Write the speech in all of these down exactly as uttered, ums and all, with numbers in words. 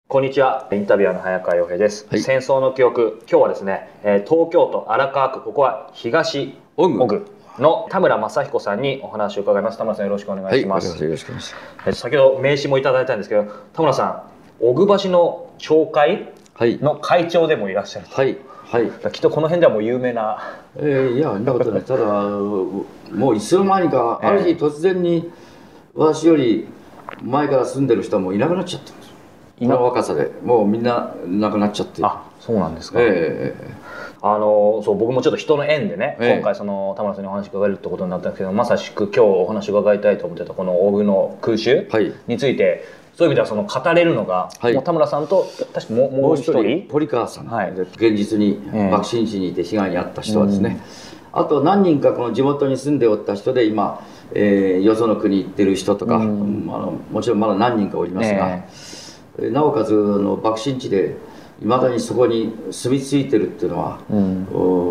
こんにちは、インタビュアーの早川洋平です、はい、戦争の記憶、今日はですね、東京都荒川区、ここは東尾久の田村正彦さんにお話を伺います。田村さん、よろしくお願いします。 はい、よろしくお願いします。 先ほど名刺もいただいたんですけど、田村さん、尾久橋の町会の会長でもいらっしゃると。 はいはい、 きっとこの辺ではもう有名な。 えー、いや、そんなことない。ただ、もういつの間にか、ある日突然に、私より前から住んでる人はもういなくなっちゃったんです。この若さでもうみんな亡くなっちゃって。 あ、そうなんですか。 えー、あのそう僕もちょっと人の縁でね、えー、今回その田村さんにお話伺えるってことになったんですけど、まさしく今日お話伺いたいと思ってたこの尾久の空襲について、はい、そういう意味ではその語れるのが、はい、もう田村さんと確かもうもう一人堀川さん、はい、現実に爆心地にいて被害に遭った人はですね、えー、あと何人かこの地元に住んでおった人で今、えー、よその国行ってる人とか、うん、あのもちろんまだ何人かおりますが。えーなおかつの爆心地でいまだにそこに住み着いてるっていうのは、うん、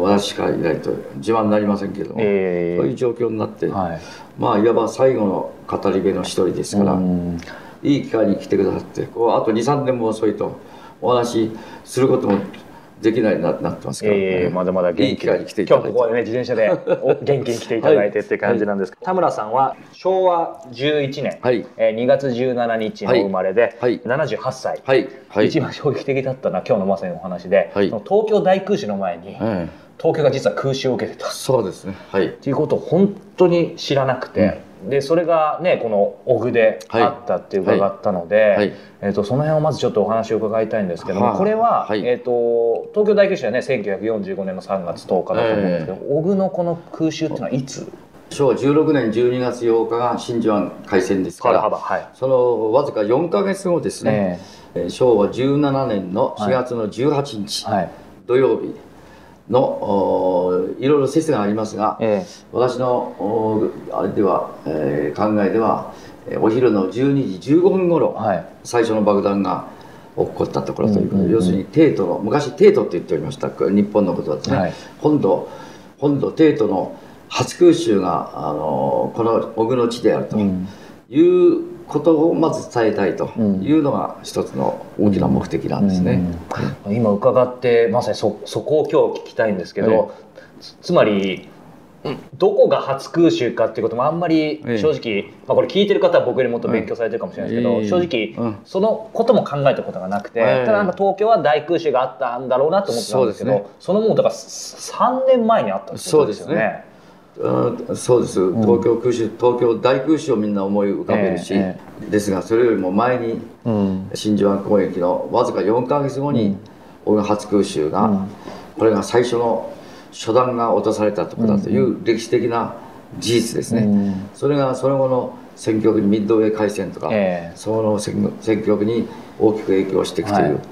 私しかいないと自慢になりませんけれども、えー、そういう状況になって、はい、まあいわば最後の語り部の一人ですから、うん、いい機会に来てくださってこうあとにさんねんも遅いとお話しすることもできないようになってますから、ね、 えー、まだまだ元気に来ていただいて、今日ここでね自転車で元気に来ていただいてっていう感じなんですけど、はい、田村さんはしょうわじゅういちねん、はい、えー、にがつじゅうしちにちの生まれで、はい、ななじゅうはっさい、はいはい、一番衝撃的だったのは今日のまさにお話で、はい、東京大空襲の前に、はい、東京が実は空襲を受けてた、 そうですね、はい、 っていうことを本当に知らなくて、うん、でそれがねこの尾久であったって伺ったので、はいはい、えー、とその辺をまずちょっとお話を伺いたいんですけども、はあ、これは、はい、えー、と東京大空襲はねせんきゅうひゃくよんじゅうごねんのさんがつとおかだと思うんですけど、尾久、えー、のこの空襲っていうのはいつ？ しょうわじゅうろくねんじゅうにがつようかが真珠湾海戦ですから、はい、そのわずかよんかげつごですね、えー、しょうわじゅうななねんのしがつのじゅうはちにち、はい、土曜日のいろいろ説がありますが、えー、私のあれでは、えー、考えではお昼のじゅうにじじゅうごふんごろ、はい、最初の爆弾が起こったところということで、要するに帝都の昔帝都って言っておりました日本のことですね、はい、本土本土帝都の初空襲があのこの尾久の地であるということをまず伝えたいというのが一つの大きな目的なんですね。 うんうん、今伺ってまさに そ, そこを今日聞きたいんですけど、はい、つ, つまりどこが初空襲かっていうこともあんまり正直、ええ、まあ、これ聞いてる方は僕よりもっと勉強されてるかもしれないですけど、え、正直、うん、そのことも考えたことがなくて、え、ただなんか東京は大空襲があったんだろうなと思ってたんですけど、 そうですね、そのもうだからさんねんまえにあったってことですよね。 そうです、東京空襲、東京大空襲をみんな思い浮かべるし、えー、ですがそれよりも前に、うん、真珠湾攻撃のわずかよんかげつごに尾久初空襲が、うん、これが最初の初弾が落とされたところだという歴史的な事実ですね、うん、それがその後の戦局にミッドウェー海戦とか、えー、その戦局に大きく影響していくという、はい、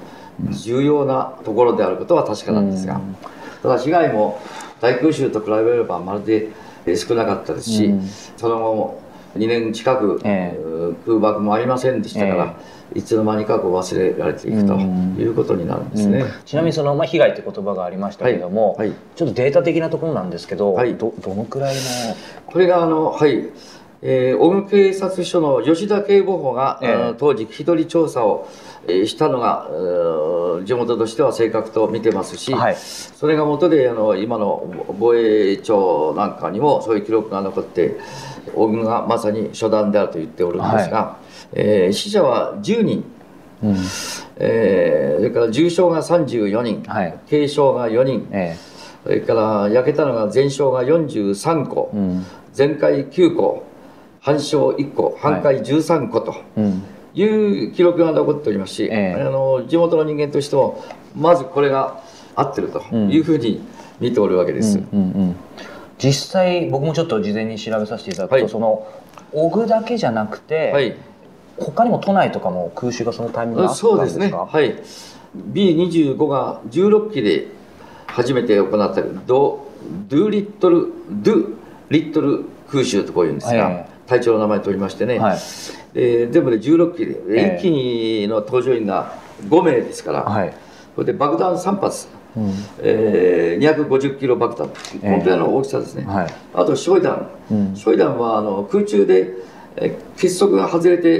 重要なところであることは確かなんですが、うん、ただ被害も大空襲と比べればまるで少なかったですし、うん、その後にねん近く、えー、空爆もありませんでしたから、えー、いつの間にかこう忘れられていくということになるんですね。うんうん、 ちなみにその、まあ、被害という言葉がありましたけれども、はいはい、ちょっとデータ的なところなんですけど、はい、ど, どのくらいのこれがあのはいえー、尾久警察署の吉田警部補が、えー、当時聞き取り調査をしたのが地元としては正確と見てますし、はい、それが元であの今の防衛庁なんかにもそういう記録が残って尾久がまさに初弾であると言っておるんですが、はい、えー、死者はじゅうにん、うん、えー、それから重傷がさんじゅうよにん、はい、軽傷がよにん、えー、それから焼けたのが全焼がよんじゅうさんこ、うん、全壊きゅうこ、半焼いっこ、半壊じゅうさんこと、はい、うん、いう記録が残っておりますし、えー、あの地元の人間としてもまずこれが合ってるというふうに見ておるわけです。 実際僕もちょっと事前に調べさせていただくと、はい、その尾久だけじゃなくて、はい、他にも都内とかも空襲がそのタイミングがあったんですか？ そうですね、はい、ビーにじゅうご がじゅうろっきで初めて行ったドゥリットルドゥリットル空襲とこういうんですが、えー隊長の名前とりましてね、はい、えー、全部でじゅうろっきで、えー、いっきの搭乗員がごめいですから、はい、これで爆弾さんぱつ、うん、えー、にひゃくごじゅっキロ爆弾、えー、このくらいの大きさですね、はい、あと焼夷弾、うん、焼夷弾はあの空中で、えー、結束が外れて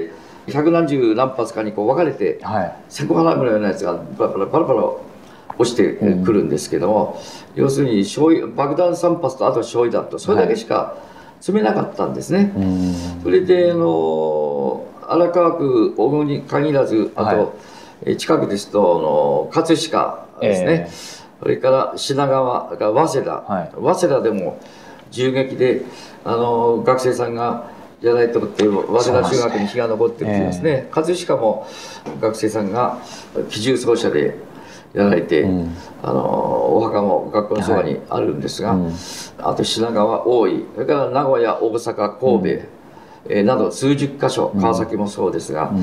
百何十何発かにこう分かれて、はい、セコハラムのようなやつがパラパラパラパラ落ちてくるんですけども、うん、要するに爆弾さん発とあと焼夷弾とそれだけしか積めなかったんですね。はい、それであの荒川区小野に限らず、あと、はい、近くですとあの葛飾ですね、えー、それから品川が早稲田、はい、早稲田でも銃撃であの学生さんがやられてるっていう早稲田中学に火が残ってるっていうんですね、えー、葛飾も学生さんが機銃掃射でやられて、うん、あのお墓も学校のそばにあるんですが、はい、うん、あと品川、大井、それから名古屋、大阪、神戸、うん、えー、など数十箇所、川崎もそうですが、うん、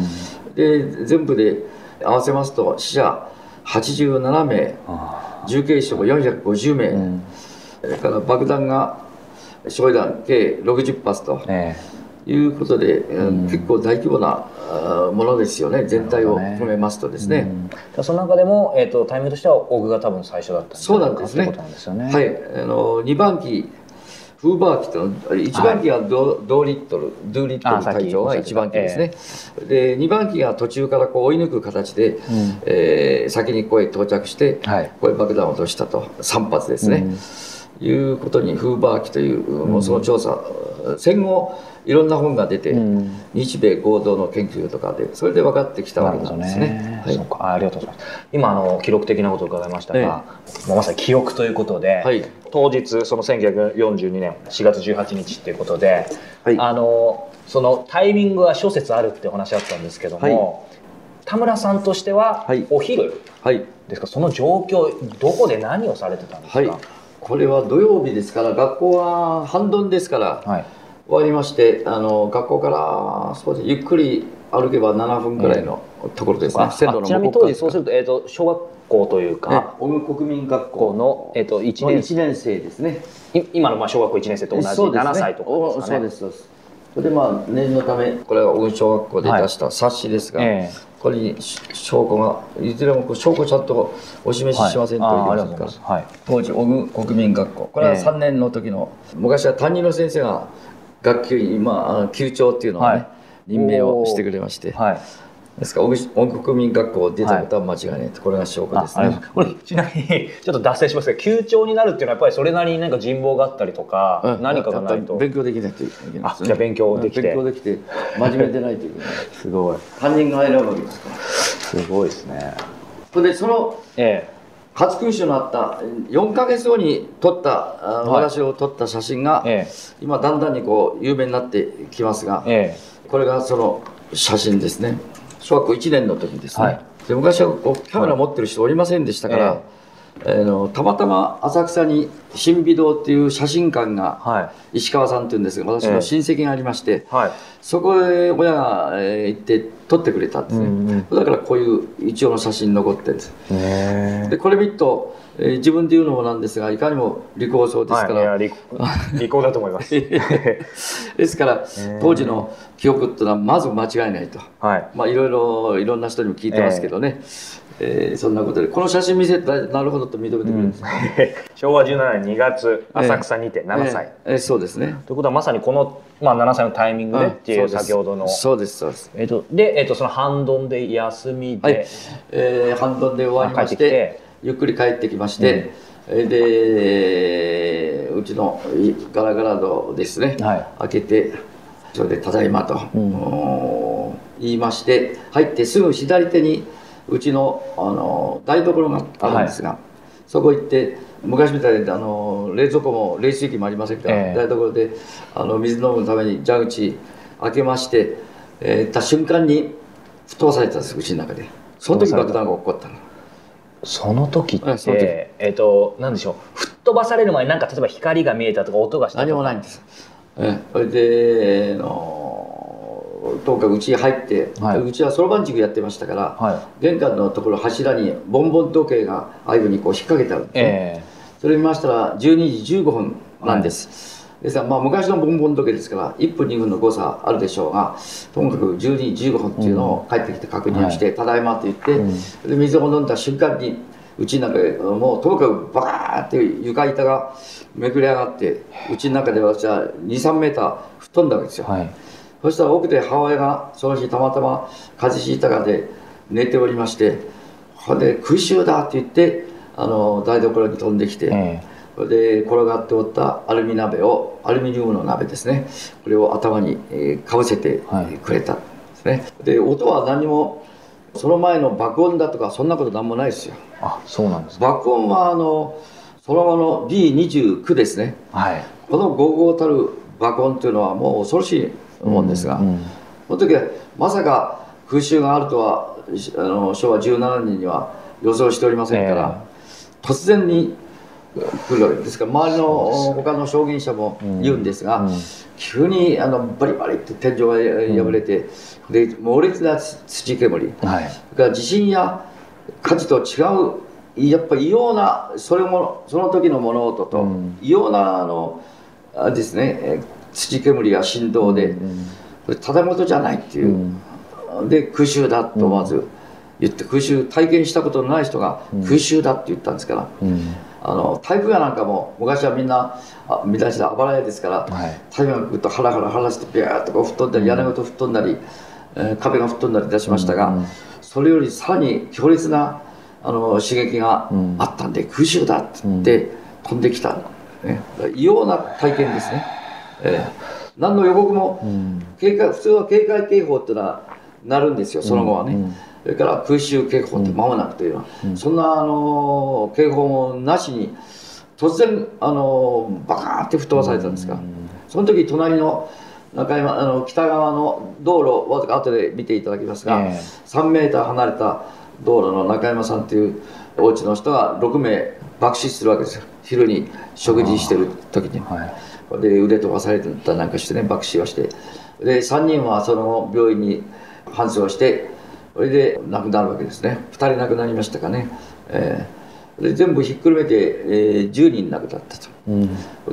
で全部で合わせますと死者はちじゅうななめい、重軽傷よんひゃくごじゅうめい、うん、それから爆弾が焼夷弾計ろくじゅっぱつと。えーいうことで、うん、結構大規模なものですよね、全体を含めますとですね。 うん、その中でも、えーと、タイミングとしてはオグが多分最初だったんそうなんですね。はい、あのにばん機フーバー機といちばん機が ド,、はい、ドーリットルドゥーリットル隊長がいちばん機ですね。えー、でにばん機が途中からこう追い抜く形で、うん、えー、先にここへ到着して、はい、ここへ爆弾を落としたとさんぱつですね。うん、いうことにフーバー機という、うん、その調査戦後いろんな本が出て、うん、日米合同の研究とかでそれで分かってきたわけなんですね。 はい、そうか、ありがとうございます。今あの記録的なことを伺いましたが、ええ、もうまさに記憶ということで、はい、当日そのせんきゅうひゃくよんじゅうにねんしがつじゅうはちにちということで、はい、あのそのタイミングは諸説あるってお話あったんですけども、はい、田村さんとしてはお昼ですか、その状況どこで何をされてたんですか。はい、 これは土曜日ですから学校は半ドンですから。はい、終わりましてあの学校からそうですゆっくり歩けばななふんくらいのところですね、 線路の向こう側。ちなみに当時そうすると、えー、と小学校というか小野国民学校の、 えー、といちねん生ですね。 今のまあ小学校いちねん生と同じななさいとかですかね。 そうですそうです。それでまあ念のためこれは小野小学校で出した冊子ですが、はい、えー、これに証拠がいずれも証拠ちゃんとお示ししませんといけませんから、はい、当時小野国民学校これはさんねんの時の、えー、昔は担任の先生が学級委員、まあ、級長っていうのをね、はい、任命をしてくれまして、はい、ですから小野国民学校出たことは間違いないと、これが証拠ですね。 これちなみにちょっと脱線しますけど、級長になるっていうのはやっぱりそれなりになんか人望があったりとか、うん、何かがないと勉強できないといけないですね。 じゃあ勉強できて勉強できて真面目でないといけないすごい担任が選ぶわけですからすごいですね。 それでその、ええ、初勲章のあったよんかげつごに撮った、はい、私を撮った写真が、ええ、今だんだんにこう有名になってきますが、ええ、これがその写真ですね。小学校いちねんの時ですね。はい、で昔はこうキャメラ持ってる人おりませんでしたから、えええー、のたまたま浅草に新美堂っていう写真館が、はい、石川さんっていうんですが私の親戚がありまして、えはい、そこへ親が、えー、行って撮ってくれたんですね。うんうん、だからこういう一応の写真残ってるんです。でこれ見ると、えー、自分で言うのもなんですがいかにも利口そうですから、 はい、いや利口だと思いますですから当時の記憶っていうのはまず間違いないと、はい、まあいろいろいろんな人にも聞いてますけどね、えー、そんなことでこの写真見せてなるほどと認めてくれるんです、うん、 しょうわじゅうななねんにがつ浅草にてななさい、 えーえー、そうですね。 ということはまさにこの、まあ、ななさいのタイミングでっていう先ほどのそうですそうです。 えー、とで、えー、とその半ドンで休みで、はい、 えー、半ドンで終わりましてゆっくり帰ってきまして、うん、でうちのガラガラ戸ですね、はい、開けてそれで「ただいま」と、うん、言いまして入ってすぐ左手にうちの、あの台所があるんですが、はい、そこ行って昔みたいにあの冷蔵庫も冷水器もありませんから、えー、台所であの水飲むために蛇口開けまして、えー、行った瞬間に吹っ飛ばされたんですうちの中で。その時爆弾が起こったの。 その時って、ええー、と何でしょう吹っ飛ばされる前に何か例えば光が見えたとか音がしたとか何もないんです。えそれでのとにかくうちに入って、はい、うちはそろばん塾やってましたから、はい、玄関のところ柱にボンボン時計がああいうふうにこう引っ掛けてあるんですね、えー、それ見ましたらじゅうにじじゅうごふんなんです、はい、ですからまあ昔のボンボン時計ですからいっぷんにふんの誤差あるでしょうがとにかくじゅうにじじゅうごふんっていうのを帰ってきて確認をして「うん、ただいま」と言って、うん、で水を飲んだ瞬間にうちの中でもうとにかくバーって床板がめくれ上がってうちの中で私はにさんメーター吹っ飛んだわけですよ。はい、 そしたら奥で母親がその日たまたま風邪ひいたかで寝ておりまして、これで空襲だって言ってあの台所に飛んできて、えー、それで転がっておったアルミ鍋をアルミニウムの鍋ですね、これを頭に、えー、かぶせてくれたんですね、はい、で音は何もその前の爆音だとかそんなことなんもないですよ。 あ、そうなんですか。 爆音はあのその後の ビーにじゅうきゅう ですね、はい、このごうごうたる爆音というのはもう恐ろしいもんですが、うんうん、その時はまさか空襲があるとはあのしょうわじゅうななねんには予想しておりませんから、えー、突然に来るわけですから、周りの他の証言者も言うんですが、うんうん、急にあのバリバリって天井が破れて、うん、で猛烈な土煙、はい、それから地震や火事と違うやっぱり異様なそれもその時の物音と、うん、異様なあのあですね土煙や振動で、これただごとじゃないっていう、うん、で空襲だとまず言って、空襲体験したことのない人が空襲だって言ったんですから、うん、あの台風やなんかも昔はみんな見出しであばら屋ですから、はい、台風が来るとハラハラハラしてビャーッとこう吹っ飛んだり、屋根ごと吹っ飛んだり、えー、壁が吹っ飛んだりいたしましたが、うん、それよりさらに強烈なあの刺激があったんで、空襲だって言って飛んできた、ね、異様な体験ですね。えー、何の予告も、うん、警戒普通は警戒警報っていうのはなるんですよ、その後はね、うんうん、それから空襲警報って間もなくというのは、うん、そんなあの警報もなしに突然あのバカーンって吹っ飛ばされたんですが、うん、その時隣の中山あの北側の道路わずか後で見ていただきますが、えー、さんメーター離れた道路の中山さんというお家の人がろくめい爆死するわけですよ、昼に食事してる時に。で腕飛ばされたなんかしてね、爆死をして、でさんにんはその後病院に搬送して、それで亡くなるわけですね。ふたり亡くなりましたかね、えー、で全部ひっくるめて、えー、じゅうにん亡くなったと、うん、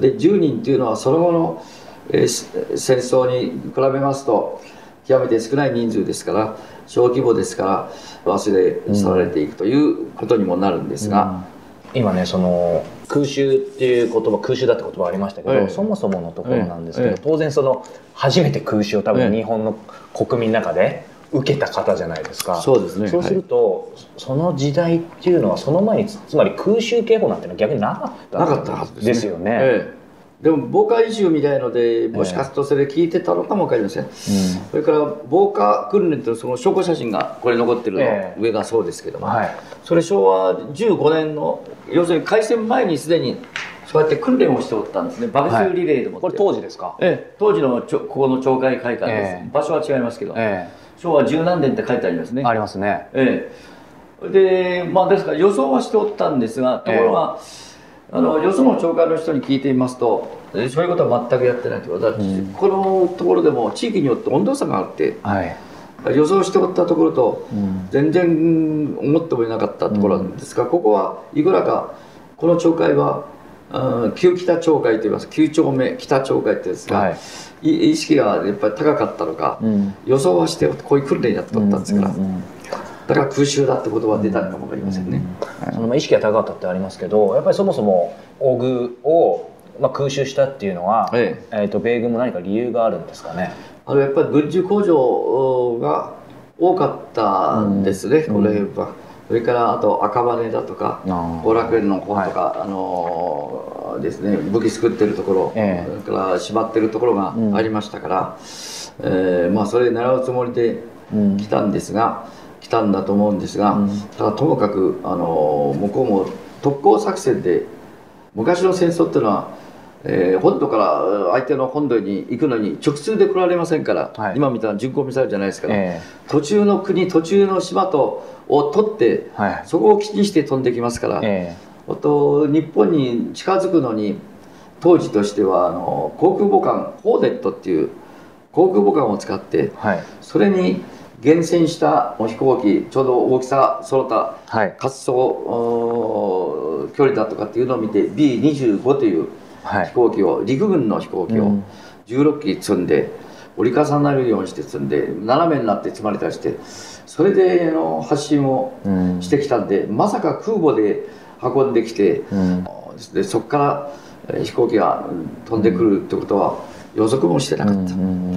でじゅうにんというのはその後の、えー、戦争に比べますと極めて少ない人数ですから、小規模ですから忘れ去られていくということにもなるんですが、うんうん、 今ねその空襲っていう言葉、空襲だって言葉ありましたけど、ええ、そもそものところなんですけど、ええ、当然その初めて空襲を多分日本の国民の中で受けた方じゃないですか。 そうですね。 そうすると、はい、その時代っていうのはその前につまり空襲警報なんていうのは逆になかったなかったはずですね。 ですよね。 ええ、でも防火演習みたいのでもしかするとそれ聞いてたのかも分かりません、ええ、うん、それから防火訓練というその証拠写真がこれ残ってるの、ええ、上がそうですけども、はい、それしょうわじゅうごねんの要するに開戦前にすでにそうやって訓練をしておったんですね。爆風リレーでも、はい、 これ当時ですか？ ええ、当時のちょここの町会会館です、ええ、場所は違いますけど、ええ、昭和十何年って書いてありますね。 ありますね。 ええ、でまあですから予想はしておったんですが、ところが、ええ、あのよその町会の人に聞いてみますと、そういうことは全くやってないということだ、うん、このところでも地域によって温度差があって、はい、予想しておったところと全然思ってもいなかったところなんですが、うん、ここはいくらかこの町会は旧北町会といいます、きゅう丁目北町会っていうんですが、はい、意識がやっぱり高かったのか、うん、予想はしてこういう訓練やっておったんですから、うんうんうん、だから空襲だって言葉が出たのかも分かりませんね、 うんうん、その意識が高かったってありますけど、やっぱりそもそも大宮を、まあ、空襲したっていうのは、えええー、と米軍も何か理由があるんですかね？ あのやっぱり軍需工場が多かったんですね、うん、この辺は。それからあと赤羽だとか後楽園の方とか、はい、あのー、ですね、武器作ってるところ、ええ、それから縛ってるところがありましたから、うん、えー、まあそれ狙うつもりで来たんですが、うん、来たんだと思うんですが、うん、ただともかく、あのー、向こうも特攻作戦で、昔の戦争っていうのは、えー、本土から相手の本土に行くのに直通で来られませんから、はい、今みたいな巡航ミサイルじゃないですから、えー、途中の国途中の島とを取って、はい、そこを基地にして飛んできますから、えー、と日本に近づくのに当時としてはあの航空母艦ホーデットっていう航空母艦を使って、はい、それに厳選した飛行機、ちょうど大きさ揃った滑走、はい、距離だとかっていうのを見て ビーにじゅうご という飛行機を、はい、陸軍の飛行機をじゅうろっき積んで折り重なるようにして積んで斜めになって積まれたりして、それでの発進をしてきたんで、うん、まさか空母で運んできて、うん、でそこから飛行機が飛んでくるってことは予測もしてなかった。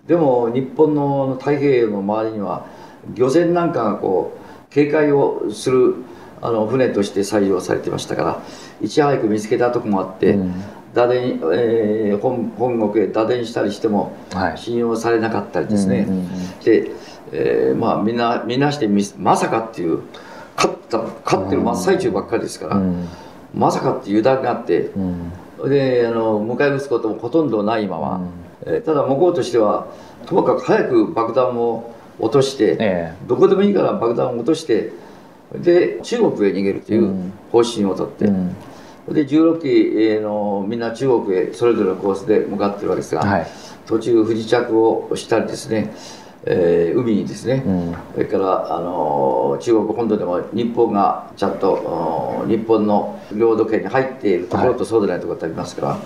でも日本の太平洋の周りには漁船なんかがこう警戒をするあの船として採用されてましたから、いち早く見つけたとこもあって、うん、打電、えー、本, 本国へ打電したりしても信用されなかったりですね、で、えー、まあみんなみんなしてまさかっていう勝った勝ってる真っ最中ばっかりですから、うん、まさかっていう油断があって、うん、であの迎え撃つこともほとんどないまま、うん、えー、ただ向こうとしてはともかく早く爆弾を落として、えー、どこでもいいから爆弾を落としてで中国へ逃げるという方針をとって、うんうん、でじゅうろっきのみんな中国へそれぞれのコースで向かってるわけですが、はい、途中不時着をしたりですね、えー、海にですね、うん、それからあの中国本土でも日本がちゃんと日本の領土圏に入っているところとそうでないところがありますから、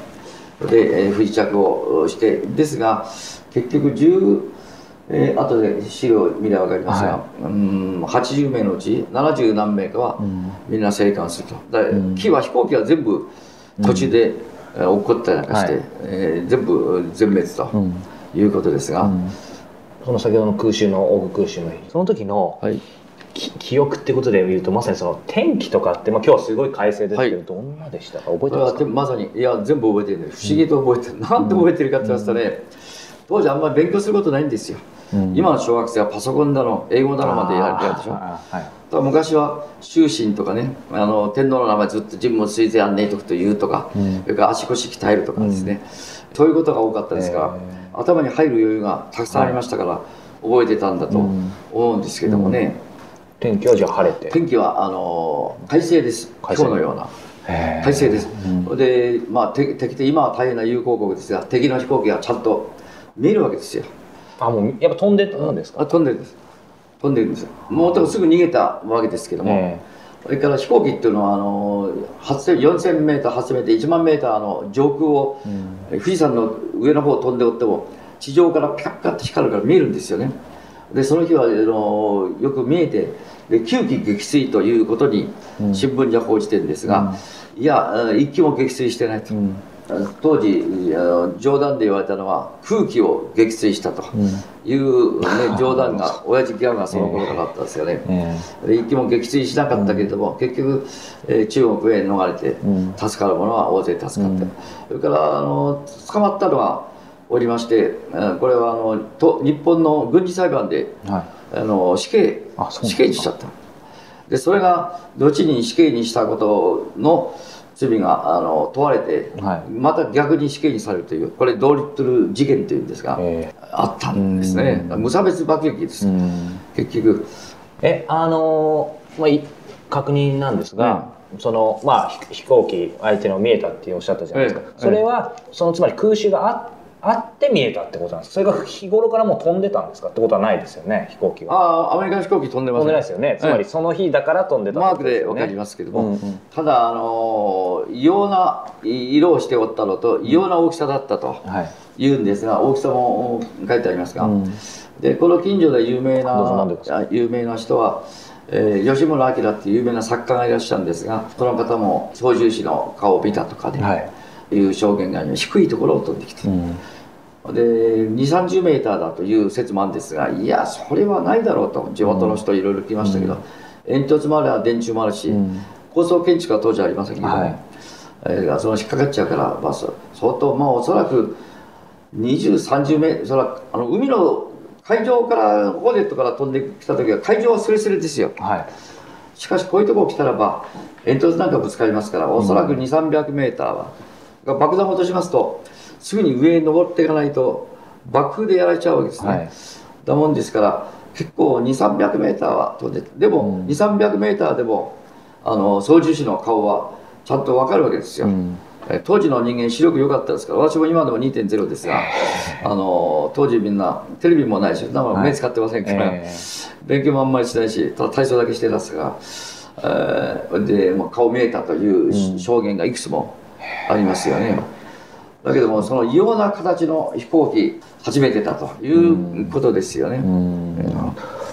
はい、で、えー、不時着をしてですが結局じゅうえー、後で資料を見れば分かりますが、はい、うんはちじゅうめいのうちななじゅうなんめいかはみんな生還すると。だから機は飛行機は全部途中で、うん、落っこったりなんかして、はい、えー、全部全滅ということですが、うん、 その先ほどの空襲の大空襲の日その時の、はい、記憶ってことでいうとまさにその天気とかって、まあ、今日はすごい快晴ですけど、はい、どんなでしたか覚えてますか？ まさにいや全部覚えてるんで不思議と覚えてる、うん、なんで覚えてるかって言いますとね、うん、当時あんまり勉強することないんですよ。うん、今の小学生はパソコンだの英語だのまでやるでしょ、はい、昔は終身とかねあの天皇の名前ずっと人物推薦案内徳というとか、うん、それから足腰鍛えるとかですね、うん、そういうことが多かったですから、えー、頭に入る余裕がたくさんありましたから、はい、覚えてたんだと思うんですけどもね、 うん、天気はじゃあ晴れて天気はあの快晴です。今日のような快晴です、うん、で、まあ、敵って今は大変な友好国ですが敵の飛行機がちゃんと見えるわけですよ。 あ、もうやっぱ飛んでたんですか？ あ、飛んでるんです。飛んでるんですよ。もうすぐ逃げたわけですけども、えー、それから飛行機っていうのはあのよんせんメーター、はっせんメーター、いちまんメーターの上空を、うん、富士山の上の方を飛んでおっても地上からピカピカって光るから見えるんですよね。でその日はあのよく見えてできゅうき撃墜ということに新聞じゃ報じてるんですが、うん、いやいっきも撃墜してないと。うん、当時冗談で言われたのは空気を撃墜したという、ね、うん、冗談が親父ギャグがその頃からあったんですよね。えー、一機も撃墜しなかったけれども、うん、結局、えー、中国へ逃れて助かる者は大勢助かって、うん、それからあの捕まったのはおりまして、これはあのと日本の軍事裁判で、はい、あの死刑死刑にしちゃった。でそれが後に死刑にしたことの罪があの問われて、はい、また逆に死刑にされるというこれドーリットル事件というんですが、えー、あったんですね。無差別爆撃です、結局。 えあのまあ、確認なんですが、うん、そのまあ飛行機相手の見えたっておっしゃったじゃないですか、えー、それはそのつまり空襲がああって見えたってことなんですか？それが日頃からもう飛んでたんですかってことはないですよね、飛行機が。 ああ、アメリカの飛行機飛んでますね。 飛んでないですよね。つまりその日だから飛んでたってことですよね。マークで分かりますけども、うんうん、ただあの異様な色をしておったのと異様な大きさだったというんですが、大きさも書いてありますが、うん、でこの近所で有名な有名な人は、えー、吉村明っていう有名な作家がいらっしゃるんですが、その方も操縦士の顔を見たとかね、はい、いう証言があります。低いところを飛んできて、うん、でにじゅう、さんじゅうメーターだという説もあるんですが、いやそれはないだろうと地元の人いろいろ聞きましたけど、うん、煙突もあれば電柱もあるし、うん、高層建築は当時ありませんけど、ね、はい、えー、その引っかかっちゃうから、まあ、相当まあおそらくにじゅう、さんじゅうメートル、それはあの海の海上からホーネットから飛んできた時は海上はスレスレですよ、はい、しかしこういうとこ来たらば煙突なんかぶつかりますから、おそらくにじゅう、さんびゃくメーターは、うん、爆弾を落としますとすぐに上に登っていかないと爆風でやられちゃうわけですね、はい、だもんですから結構にじゅう、さんびゃくメーターは飛んで、でも、うん、にじゅう、さんびゃくメーターでもあの操縦士の顔はちゃんと分かるわけですよ、うん、当時の人間視力良かったですから、私も今でも にてんゼロ ですがあの当時みんなテレビもないし、だから目使ってませんから、はい、えー、勉強もあんまりしてないし、ただ体操だけしてたんですが、えー、で、まあ、顔見えたという証言がいくつもありますよね、うん、だけどもその異様な形の飛行機初めてだということですよね、うんうん、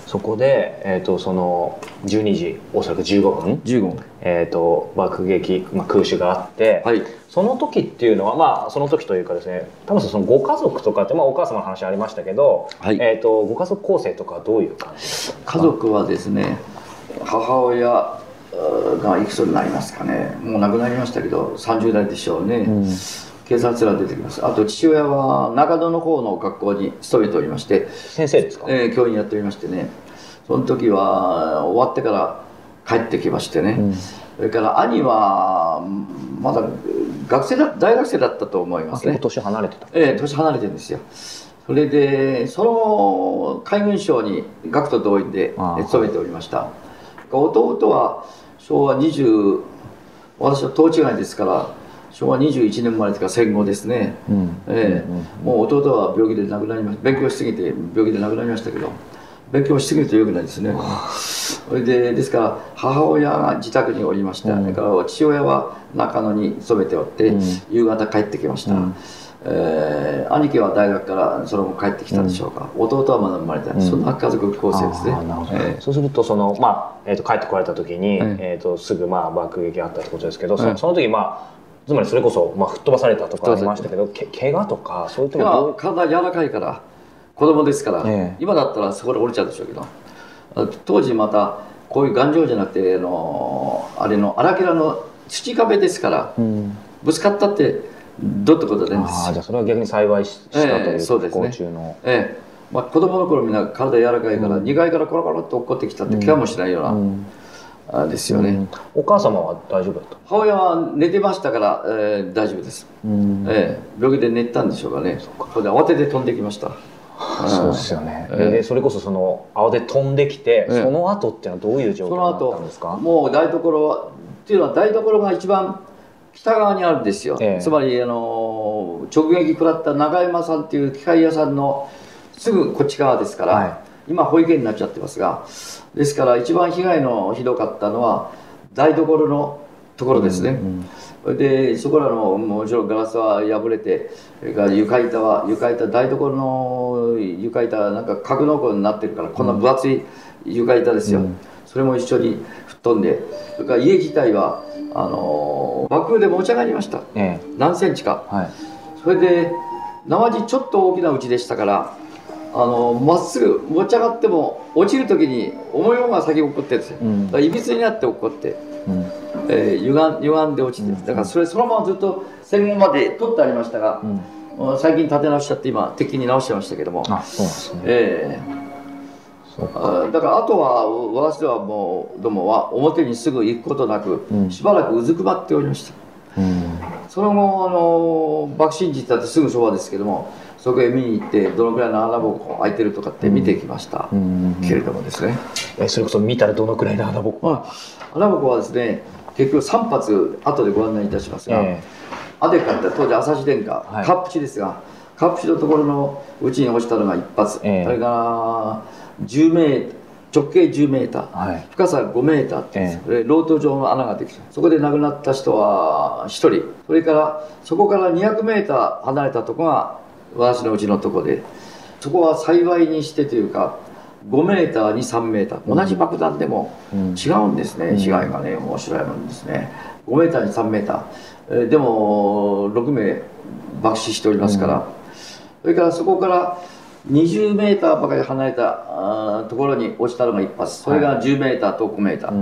そこで、えー、とそのじゅうにじおそらくじゅうごふん、 じゅうごふん、 えー、と爆撃、まあ、空襲があって、はい、その時っていうのはまあその時というかですね、多分そのご家族とかって、まあ、お母様の話ありましたけど、はい、えー、とご家族構成とかはどういう感じですか？ 家族はですね、母親がいくつになりますかね、もう亡くなりましたけどさんじゅう代でしょうね、うん、警察が出てきます。あと父親は中野の方の学校に勤めておりまして、 先生ですか？ えー、教員やっておりましてね、その時は終わってから帰ってきましてね、うん、それから兄はまだ学生だ大学生だったと思いますね。 結構年離れてた？ ええ、年離れてるんですよ。それでその海軍省に学徒動員で勤めておりました。弟は昭和にじゅう、私は当違いですから昭和にじゅういちねん生まれとか戦後ですね、もう弟は病気で亡くなりました。勉強しすぎて病気で亡くなりましたけど、勉強しすぎるとよくないですね。それでですから母親が自宅におりました、うん、だから父親は中野に勤めておって、うん、夕方帰ってきました、うん、えー、兄貴は大学からその後帰ってきたでしょうか、うん、弟はまだ生まれてない、うん、そんな家族構成ですね。 えー、そうするとその、まあえー、と帰ってこられた時に、うんえー、とすぐまあ爆撃あったってことですけど、うん、そ, その時まあつまりそれこそ、まあ、吹っ飛ばされたとかありましたけど、け怪我とかそういうところどう？ 体柔らかいから子供ですから、ええ、今だったらそこで折れちゃうでしょうけど、当時またこういう頑丈じゃなくてあのあれの荒けらの土壁ですから、うん、ぶつかったってどうってことはないんですよ。 ああ、じゃあそれは逆に幸いしたという、ええ、そうですね、不幸中の、 ええ、まあ、子供の頃みんな体柔らかいから、うん、にかいからコロコロっと落っこってきたって怪我もしないような、うんうん、ですよね、うん、 お母様は大丈夫だった？ 母親は寝てましたから、えー、大丈夫です、うんええ、病気で寝たんでしょうかね。そこで慌てて飛んできました。 そうですよね、えー、でそれこそその慌て飛んできて、えー、その後っていうのはどういう状況だったんですか？ もう台所はっていうのは台所が一番北側にあるんですよ、えー、つまりあの直撃食らった永山さんっていう機械屋さんのすぐこっち側ですから、はい、今保育園になっちゃってますが、ですから一番被害のひどかったのは台所のところですね、うんうん、でそこらのもちろんガラスは破れて、それから床板は床板台所の床板はなんか格納庫になってるからこんな分厚い床板ですよ、うん、それも一緒に吹っ飛んで、それから家自体はあの爆風で持ち上がりました、ええ、何センチか、はい、それで縄地ちょっと大きな家でしたからあのまっすぐ持ち上がっても落ちる時に重いものが先落っこってるんですよ、うん、だからいびつになって落っこって、うんえー、歪ん、歪んで落ちてる、だからそれそのままずっと戦後まで取ってありましたが、うん、最近立て直しちゃって今敵に直してましたけども、あ、そうですね、えー、だからあとは私はもうどもは表にすぐ行くことなく、うん、しばらくうずくまっておりました、うん、その後あの爆心地ってあってすぐそばですけども、そこへ見に行ってどのくらいの穴ぼこ開いてるとかって見てきました、うん、けれどもですね、 えそれこそ見たらどのくらいの穴ぼこ、 まあ、穴ぼこはですね結局さん発後でご案内いたしますが、えー、アデカって当時朝日電化、はい、カップ地ですがカップ地のところのうちに落ちたのがいち発、えー、それからじゅうメートル直径じゅうメーター、はい、深さごメーターって、えー、ロート状の穴ができた。そこで亡くなった人はひとり、それからそこからにひゃくメーター離れたところが私のうちのとこで、そこは幸いにしてというかごメーターにさんメーター、同じ爆弾でも違うんですね、うん、被害がね面白いもんですね。ごメーターにさんメーター、えー、でもろく名爆死しておりますから、うん、それからそこからにじゅうメーターばかり離れたところに落ちたのが一発、それがじゅうメーターとごメーター、はい、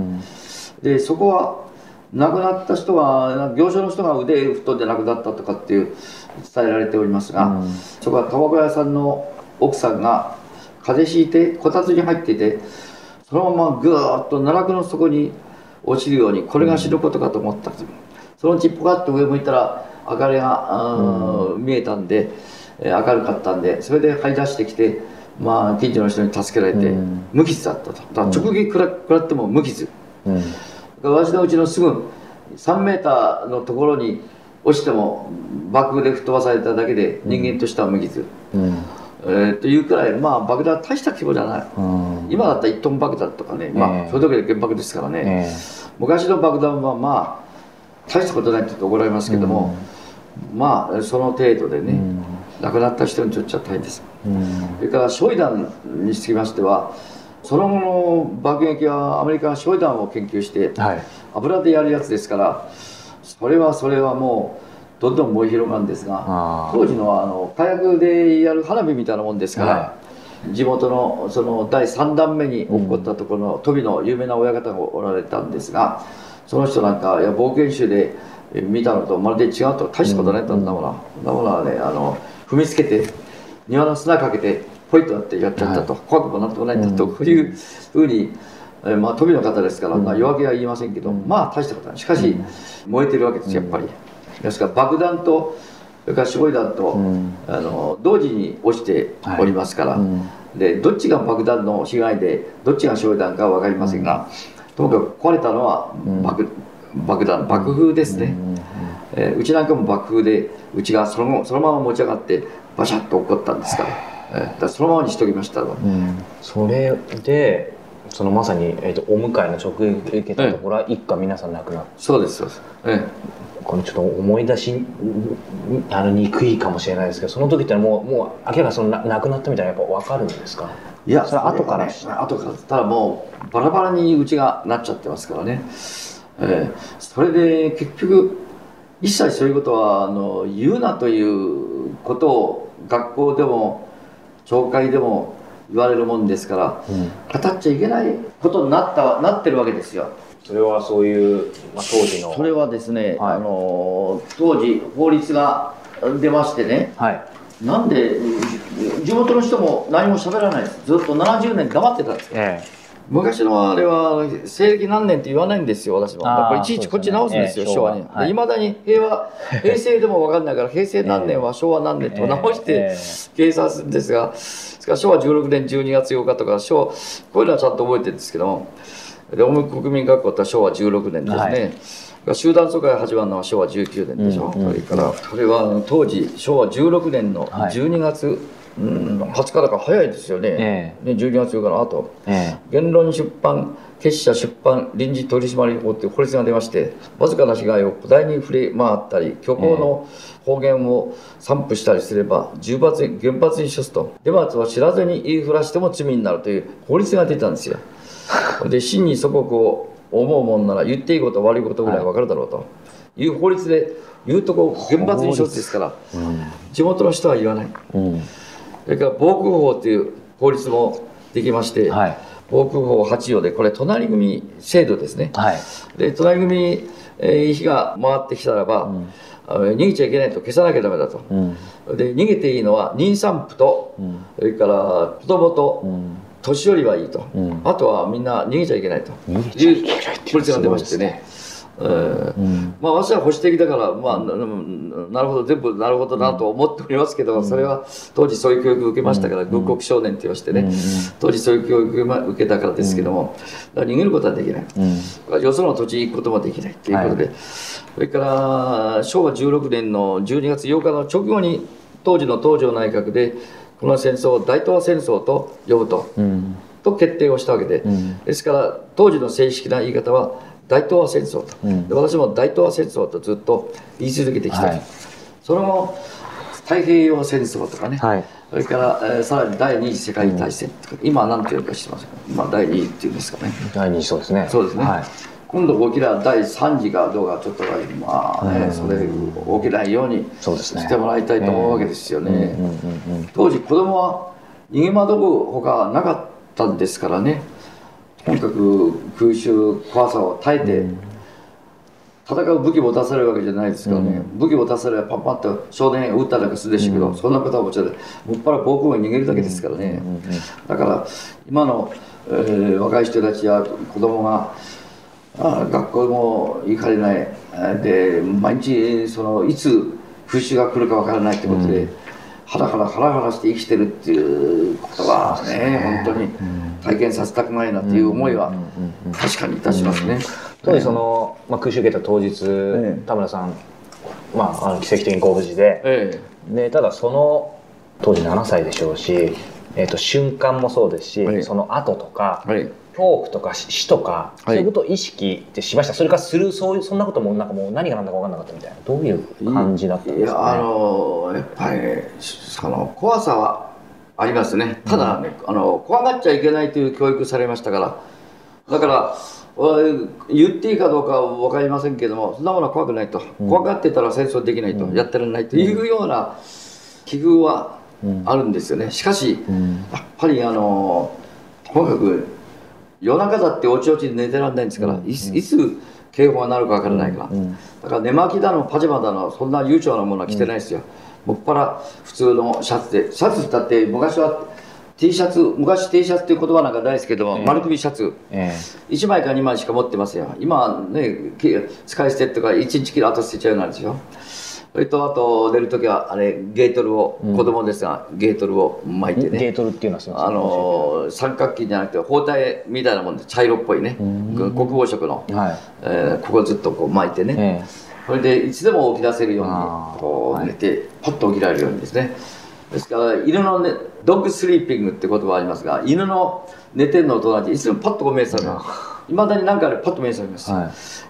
でそこは亡くなった人が業者の人が腕吹っ飛んで亡くなったとかっていう伝えられておりますが、うん、そこはタバコ屋さんの奥さんが風邪ひいてこたつに入っていて、そのままぐーっと奈落の底に落ちるように、これが死ぬことかと思った、うん、そのうちポカッと上向いたら明かりが、うん、見えたんで、明るかったんで、それで這い出してきて、まあ、近所の人に助けられて、うん、無傷だったと。だから直撃食ら、食らっても無傷、うん、私のうちのすぐさんメーターのところに落ちても爆風で吹っ飛ばされただけで人間としては無傷、うん、えー、というくらい、まあ、爆弾は大した規模じゃない、うん、今だったらいちトン爆弾とかね、まあ、えー、それだけで原爆ですからね、えー、昔の爆弾はまあ大したことないって言って怒られますけども、うん、まあその程度でね、うん、亡くなった人にとっちゃ大変です、うん、それから焼夷弾につきましては、 その後の爆撃はアメリカが焼夷弾を研究して、はい、油でやるやつですから、それはそれはもうどんどん燃え広がるんですが、当時のあの火薬でやる花火みたいなもんですから、はい、地元のそのだいさん段目に起こったところの鳶の有名な親方がおられたんですが、その人なんか、いや冒険集で見たのとまるで違うと、大したことないんだもの、だからね、あの踏みつけて庭の砂かけてポイッとやってやっちゃったと、はい、怖くもなんともないんだと、こういうふうに、えー、まあ鳶の方ですから、まあ、弱気は言いませんけど、まあ大したことない。しかし燃えてるわけですやっぱり。ですから爆弾とそれから焼夷弾と、うん、あの同時に落ちておりますから、はい、うん、でどっちが爆弾の被害でどっちが焼夷弾かは分かりませんが、ともかく壊れたのは爆、うん、爆弾爆風ですね、うん、えー、うちなんかも爆風でうちがそのそのまま持ち上がってバシャッと起こったんですから、えー、だからそのままにしておきましたの、うん、 それでそのまさに、えー、とお迎えの直撃受けたところは一家皆さん亡くなった、 そうですそうです、えーこのちょっと思い出しあのにくいかもしれないですけど、その時ってもうもう明らかにその亡くなったみたいなやっぱ分かるんですか？ いや、それは後から、ね、後からただもうバラバラにうちがなっちゃってますからね、えー、それで結局一切そういうことはあの言うなということを学校でも教会でも言われるもんですから、うん、語っちゃいけないことになったなってるわけですよ。 それはそういう、まあ、当時のそれはですね、はい、あの当時法律が出ましてね、はい、なんで地元の人も何も喋らないです。ずっとななじゅうねん黙ってたんですよ、ええ、昔のあれは西暦何年って言わないんですよ私も。やっぱりいちいちこっち直すんですよ、ね、ええ、昭和に。いま、はい、だに平和平成でも分かんないから平成何年は昭和何年と直して計算するんですが、ですから昭和じゅうろくねんじゅうにがつようかとか昭和こういうのはちゃんと覚えてるんですけども、でオウム国民学校って昭和じゅうろくねんですね、はい、集団疎開が始まるのは昭和じゅうきゅうねんでしょ、うんうん、それからそれは当時昭和じゅうろくねんのじゅうにがつ、はい、うん、はつかだから早いですよね、えー、ねじゅうにがつようかのあと、えー、言論出版結社出版臨時取締法っていう法律が出まして、わずかな被害を古代に触れ回ったり虚構の方言を散布したりすれば重罰厳罰に処すと、出末を知らずに言いふらしても罪になるという法律が出たんですよ。で真に祖国を思うもんなら言っていいこと悪いことぐらい分かるだろうという法律で言うとこ厳罰に処すですから、うん、地元の人は言わない、うん、それから防空法という法律もできまして、はい、防空法はち条でこれ隣組制度ですね、はい、で隣組、えー、火が回ってきたらば、うん、逃げちゃいけないと消さなきゃダメだと、うん、で逃げていいのは妊産婦と、うん、それから子供と、うん、年寄りはいいと、うん、あとはみんな逃げちゃいけないという法律が出ましてね、うん、まあ私は保守的だから、まあ、なるほど全部なるほどなと思っておりますけど、うん、それは当時そういう教育を受けましたから、うん、軍国少年って言いましてね、うん、当時そういう教育を受けたからですけども、うん、逃げることはできない、うん、よその土地に行くこともできないということで、はい、それから昭和じゅうろくねんのじゅうにがつようかの直後に当時の東条内閣でこの戦争を大東亜戦争と呼ぶと、うん、と決定をしたわけで、うん、ですから当時の正式な言い方は大東亜戦争と、うん、で私も大東亜戦争とずっと言い続けてきた、はい、その後太平洋戦争とかね、はい、それから、えー、さらに第二次世界大戦とか、うん、今は何て言うか知ってますか、今第二次っていうんですかね、 第二次そうですね、 そうですね、はい、今度起きら第三次がどうかちょっとまあね、それ起きないようにしてもらいたいと思うわけですよね。当時子供は逃げ惑うほかなかったんですからね、とにかく空襲怖さを耐えて、戦う武器も出されるわけじゃないですからね、武器も出されればパンパンと少年が撃ったりなんかするでしょうけど、そんなことはもちろんもっぱら防空壕に逃げるだけですからね。だから今の、えー、若い人たちや子供があ学校も行かれないで、毎日そのいつ空襲が来るかわからないってことで、うん、ハラハラハラハラして生きてるっていうことはね、ね、本当に体験させたくないなっていう思いは確かにいたしますね。 当時その、まあ、空襲受けた当日、ええ、田村さん、まあ、あの奇跡的にご無事で、ええ、でただその当時ななさいでしょうし、えー、と瞬間もそうですし、ええ、その後とか、はい、恐怖とか死とか、そういうことを意識ってしました、はい、それからするそういうそんなこともなんかもう何が何だか分からなかったみたいな、どういう感じだったんですかね。 いや、あのやっぱりね、その怖さはありますね。ただね、うん、あの怖がっちゃいけないという教育されましたから、だから言っていいかどうかは分かりませんけども、そんなものは怖くないと、うん、怖がってたら戦争できないと、うん、やってられないというような気遇はあるんですよね。しかし、うん、やっぱりあのとにかく夜中だっておちおちで寝てらんないんですから、うん、いついつ警報が鳴るか分からないから、うん、だから寝巻きだのパジャマだのそんな悠長なものは着てないですよ。もっぱら普通のシャツで、シャツだって昔は T シャツ、昔 T シャツっていう言葉なんかないですけども、えー、丸首シャツ、えー、いちまいかにまいしか持ってますよ。今はね、使い捨てとかいちにちきり後捨てちゃうなんですよ。それとあと出るときはあれゲートルを、うん、子供ですがゲートルを巻いてね。 ゲートルっていうのはすみません、 あの三角形じゃなくて包帯みたいなもんで茶色っぽいね、国防色の、はい、えー、ここずっとこう巻いてね、えー、それでいつでも起き出せるようにこう寝て、はい、パッと起きられるようにですね。ですから犬の、ね、ドッグスリーピングって言葉ありますが、犬の寝てるのと同じ、いつでもパッとこう目覚めます。いまだに何かあれパッと目覚めます、はい、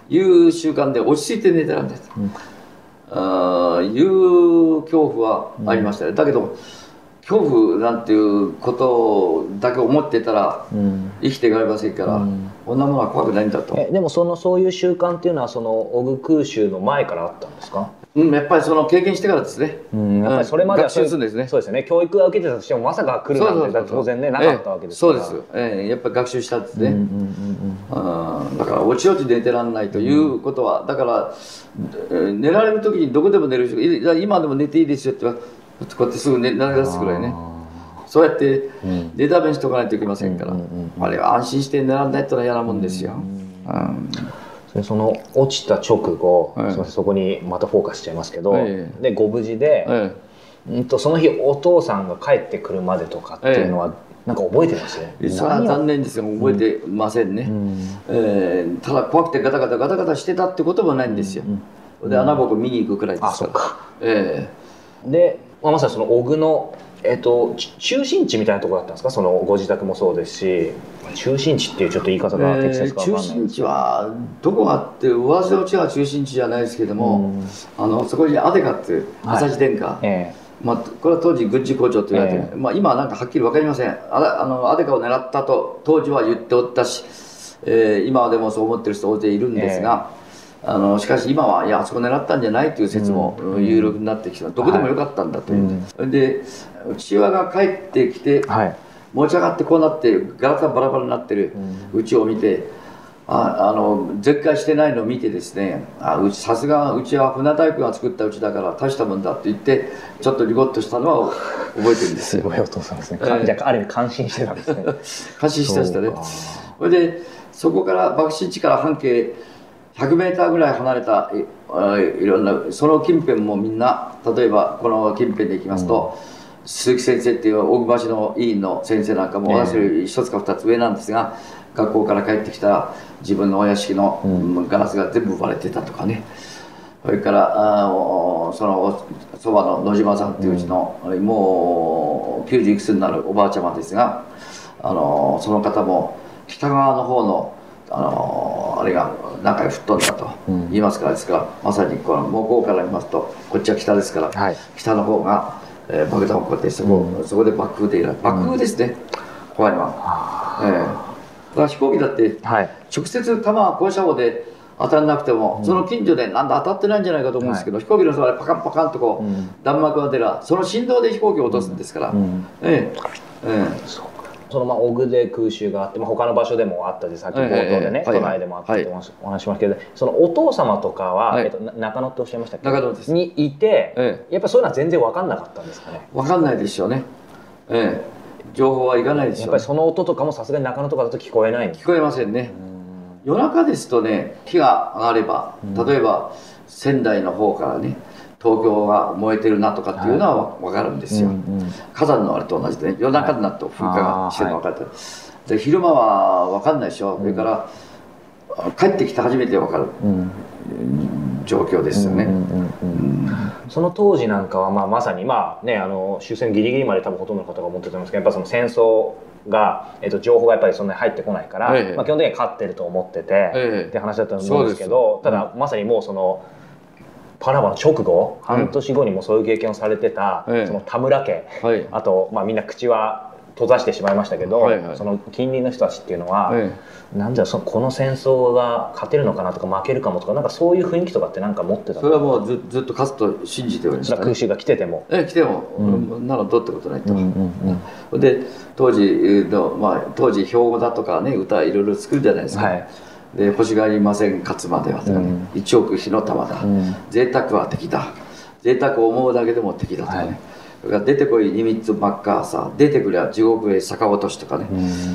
いう習慣で落ち着いて寝てるんです、うん、あいう恐怖はありましたね、うん、だけど恐怖なんていうことだけ思ってたら生きていかれませんから、うん、こんなものは怖くないんだと。 えでもそのそういう習慣っていうのはそのオグ空襲の前からあったんですか？ うん、やっぱりその経験してからですね。 うん、やっぱりそれまでは学習するんですね。 そうですよね。教育は受けてたとしてもまさか来るなんて当然ねなかったわけですから。 そうです。ええ、やっぱり学習したんですね。だからおちおち寝てらんないということは、だから寝られる時にどこでも寝る人、今でも寝ていいですよってこうやってすぐ寝られ出すぐらいね。そうやって寝だめしとかないといけませんから、あれは安心して寝らんないってのは嫌なもんですよ。 うん、その落ちた直後、はい、すみません、そこにまたフォーカスしちゃいますけど、はい、でご無事で、はい、うんとその日お父さんが帰ってくるまでとかっていうのは、はい、なんか覚えてますね。 それは残念ですが覚えてませんね、うん、えー、ただ怖くてガタガタガタガタしてたってこともないんですよ、うんうん、で穴ぼこ見に行くくらいですから。あ、そうか、えー、で、まあ、まさにその小久のえー、と中心地みたいなところだったんですか？そのご自宅もそうですし、中心地っていうちょっと言い方が適切か分かんないですけど、えー、中心地はどこがあって上背の地が中心地じゃないですけども、あのそこにアデカっていう朝日電化、はい、えーまあ、これは当時軍事工場と言われて、えーまあ、今はなんかはっきり分かりません。ああのアデカを狙ったと当時は言っておったし、えー、今でもそう思ってる人大勢いるんですが、えー、あのしかし今はいやあそこ狙ったんじゃないという説も有力になってきて、うん、どこでもよかったんだという、はい、で父親が帰ってきて、はい、持ち上がってこうなってガラスがバラバラになってるうちを見て、ああの絶壊してないのを見てですね、あうちさすがうちは船大工が作ったうちだから大したもんだって言ってちょっとリゴッとしたのは覚えてるんですよ。 すごいお父さんですね、えー、じゃあある意味感心してたんですね。 感心してましたね。それでそこから爆心地から半径ひゃくメーターぐらい離れた い, いろんなその近辺もみんな、例えばこの近辺で行きますと、うん鈴木先生っていう大久保市の委員の先生なんかも私より一つか二つ上なんですが、学校から帰ってきたら自分のお屋敷のガラスが全部割れてたとかね、それからあそのそばの野島さんっていううちの、うん、もうきゅうじゅういくつになるおばあちゃまですが、あのその方も北側の方のあのあれが中へ吹っ飛んだと言いますから、ですからまさにこの向こうから見ますとこっちは北ですから、はい、北の方がえー、爆弾をこうやってそこ、うん、そこで爆風でいら爆風ですね、うん、怖いのは、えー、だから飛行機だって、はい、直接弾は降車砲で当たらなくても、うん、その近所でなんだ当たってないんじゃないかと思うんですけど、はい、飛行機のそばでパカンパカンとこう、うん、弾幕が出らその振動で飛行機を落とすんですから、うんえーえー、 そうそのまあ小久で空襲があって、まあ、他の場所でもあったでさっき冒頭でね、都内でもあったってお話しますけど、そのお父様とかは、えっと、中野っておっしゃいましたっけ？ 中野ですにいて、ええ、やっぱりそういうのは全然分かんなかったんですかね？ 分かんないでしょうね、ええ、情報はいかないでしょう、ね、 やっぱりその音とかもさすがに中野とかだと聞こえないんですか？聞こえませんね。夜中ですとね、火が上がれば、例えば仙台の方からね東京が燃えてるなとかっていうのは分かるんですよ、はいうんうん、火山のあれと同じでね、夜中になると噴火がしてるの分かる、はい、で昼間は分かんないでしょ、うん、それから帰ってきて初めて分かる、うん、状況ですよね。 その当時なんかは、まあ、まさに、まあね、あの終戦ギリギリまで多分ほとんどの方が思ってたと思うんですけど、やっぱその戦争が、えっと、情報がやっぱりそんなに入ってこないから、ええまあ、基本的には勝ってると思ってて、ええ、って話だったと思うんですけど、ただまさにもうそのパパナマの直後、半年後にもそういう経験をされてた、うん、その田村家、はい、あと、まあ、みんな口は閉ざしてしまいましたけど、はいはい、その近隣の人たちっていうのは、はい、なんじゃそのこの戦争が勝てるのかなとか負けるかもとか、なんかそういう雰囲気とかってなんか持ってた。 それはもう ず, ずっと勝つと信じておりました、ね、 空襲が来ててもえ来ても、うん、ならどうってことないと、うんうんうん、で当時の、まあ、当時標語だとかね歌いろいろ作るじゃないですか、はい、で欲しがりません勝つまではとかね、うん、一億火の玉だ、うん、贅沢は敵だ、贅沢を思うだけでも敵だとかね、はい、それから出てこいニミッツ・マッカーサー、出てくりゃ地獄へ逆落としとかね、うん、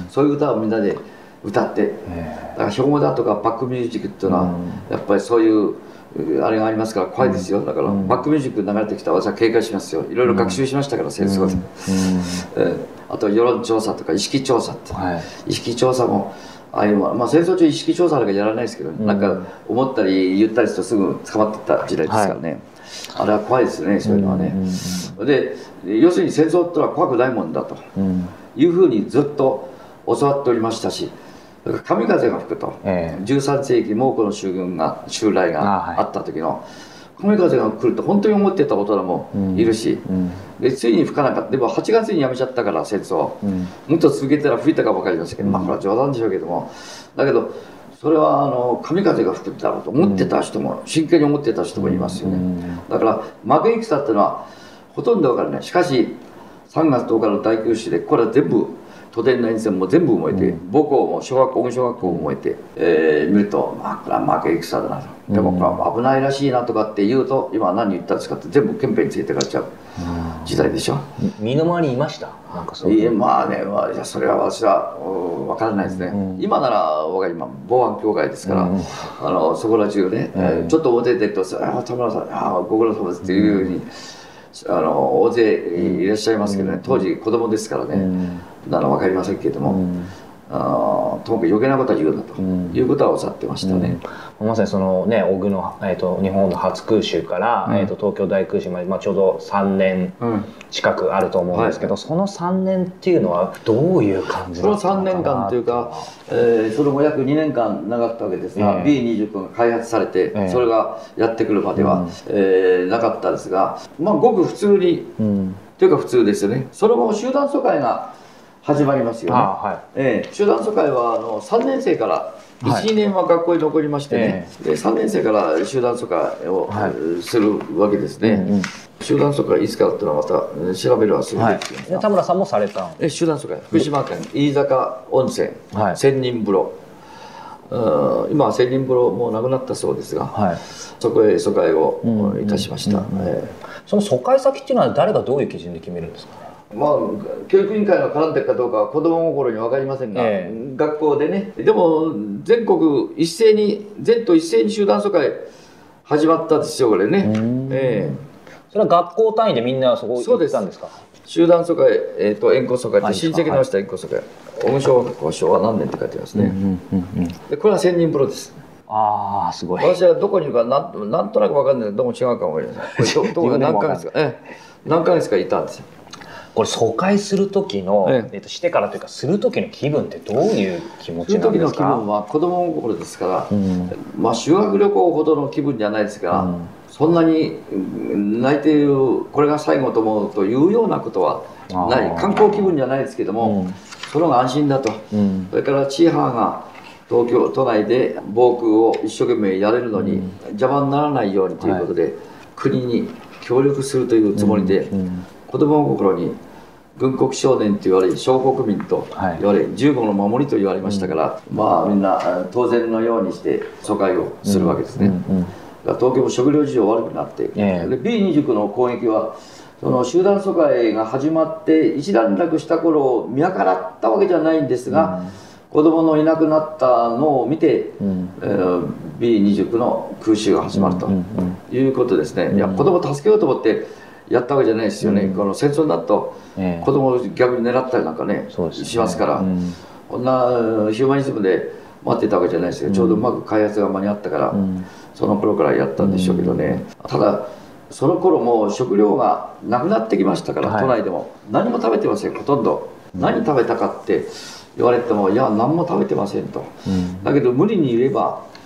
そういう歌をみんなで歌って、だから標語だとかバックミュージックっていうのは、うん、やっぱりそういうあれがありますから怖いですよ。だから、うん、バックミュージック流れてきたら私は警戒しますよ。いろいろ学習しましたから、うん、戦争で、うんうん、あと世論調査とか意識調査って、はい、意識調査もああいう、まあ、戦争中意識調査なんかやらないですけど、うん、なんか思ったり言ったりするとすぐ捕まってった時代ですからね、はい、あれは怖いですね、そういうのはね、うん、で要するに戦争ってのは怖くないもんだというふうにずっと教わっておりましたし、神風が吹くと、えー、じゅうさんせいき蒙古の衆軍が襲来があった時の神風が来ると本当に思ってた大人もいるし、うんうん、でついに吹かなかった。でもはちがつにやめちゃったから戦争、うん、もっと続けたら吹いたか分かりませんけど、うん、まあこれは冗談でしょうけども、だけどそれはあの神風が吹くだろうと思ってた人も、うん、真剣に思ってた人もいますよね、うん、だから負け戦っていうのはほとんど分からない。しかしさんがつとおかの大空襲でこれは全部都電内戦も全部燃えて、うん、母校も小学校も小学校も燃えて、えー、見ると、まあ、これは負け戦だなと、でもこれは危ないらしいなとかって言うと、今何言ったんですかって全部憲兵についてかっちゃう時代でしょ。 身の回りにいました？なんかそういう。いやまあね、まあ、それは私は分からないですね、うん、今なら僕は今防犯協会ですから、うん、あのそこら中ね、うん、えー、ちょっと表出てると「ああ田村さん、ああご苦労様です」っていうふうに、うん、あの大勢いらっしゃいますけどね、当時子供ですからね、うん、なら分かりませんけれども、うん、あともかく余計なことは言うなということはおっしゃってましたね、 うん、まさにそのね小久の、えー、と日本の初空襲から、うん、えー、と東京大空襲まで、まあ、ちょうどさんねん近くあると思うんですけど、うん、はい、そのさんねんっていうのはどういう感じだったのかな。 そのさんねんかんというか、えー、それも約にねんかん長かったわけですが、えー、ビーにじゅうきゅう が開発されて、えー、それがやってくるまでは、うん、えー、なかったですが、まあごく普通に、うん、というか普通ですよね。その後集団疎開が始まりますよね、はい、えー、集団疎開はあのさんねんせいからいち、にねんは学校に残りましてね、えー、でさんねんせいから集団疎開を、はい、するわけですね、うんうん、集団疎開いつからっていうのはまた調べるはすぐですけど、 はい、田村さんもされたえ集団疎開、福島県飯坂温泉、はい、千人風呂、うん、今は千人風呂もうなくなったそうですが、はい、そこへ疎開をいたしました。 その疎開先っていうのは誰がどういう基準で決めるんですかね。 まあ、教育委員会が絡んでるかどうかは子供心に分かりませんが、えー、学校でね、でも全国一斉に全都一斉に集団疎開始まったですよこれね、えー、それは学校単位でみんなそこ行ったんですか。 集団疎開、えー、と縁故疎開って親戚の人は縁故疎開、小野小学校は昭和何年って書いてますね、でこれは千人風呂です。 ああすごい。 私はどこにいるかなんなんとなく分かんないけどどうも違うかもしれない。これどどこ何ヶ月か、ええ、何ヶ月かいたんですよ。 これ疎開する時の、えええっと、してからというかする時の気分ってどういう気持ちなんですか。する時の気分は子供心ですから、うん、まあ修学旅行ほどの気分じゃないですが、うん、そんなに泣いているこれが最後と思うというようなことはない。観光気分じゃないですけども、うん、その方が安心だと、うん、それからチーハーが東京都内で防空を一生懸命やれるのに、うん、邪魔にならないようにということで、はい、国に協力するというつもりで、うんうん、子供心に軍国少年と言われ小国民と言われ、はい、じゅうごの守りと言われましたから、うん、まあみんな当然のようにして疎開をするわけですね、うんうんうん、東京も食料事情悪くなって、えー、で ビーにじゅうきゅう の攻撃はその集団疎開が始まって一段落した頃を見計らったわけじゃないんですが、うん、子供のいなくなったのを見て、うん、えー、ビーにじゅうきゅう の空襲が始まるということですね、うんうんうん、いや子供を助けようと思ってやったわけじゃないですよね、うん、この戦争になると子供を逆に狙ったりなんかね、えー、しますから、うん、こんなヒューマニズムで待ってたわけじゃないですよ、うん、ちょうどうまく開発が間に合ったから、うん、その頃からやったんでしょうけどね、うん、ただその頃もう食料がなくなってきましたから、はい、都内でも何も食べてませんほとんど、うん、何食べたかって言われてもいや何も食べてませんと、うん、だけど無理に言えば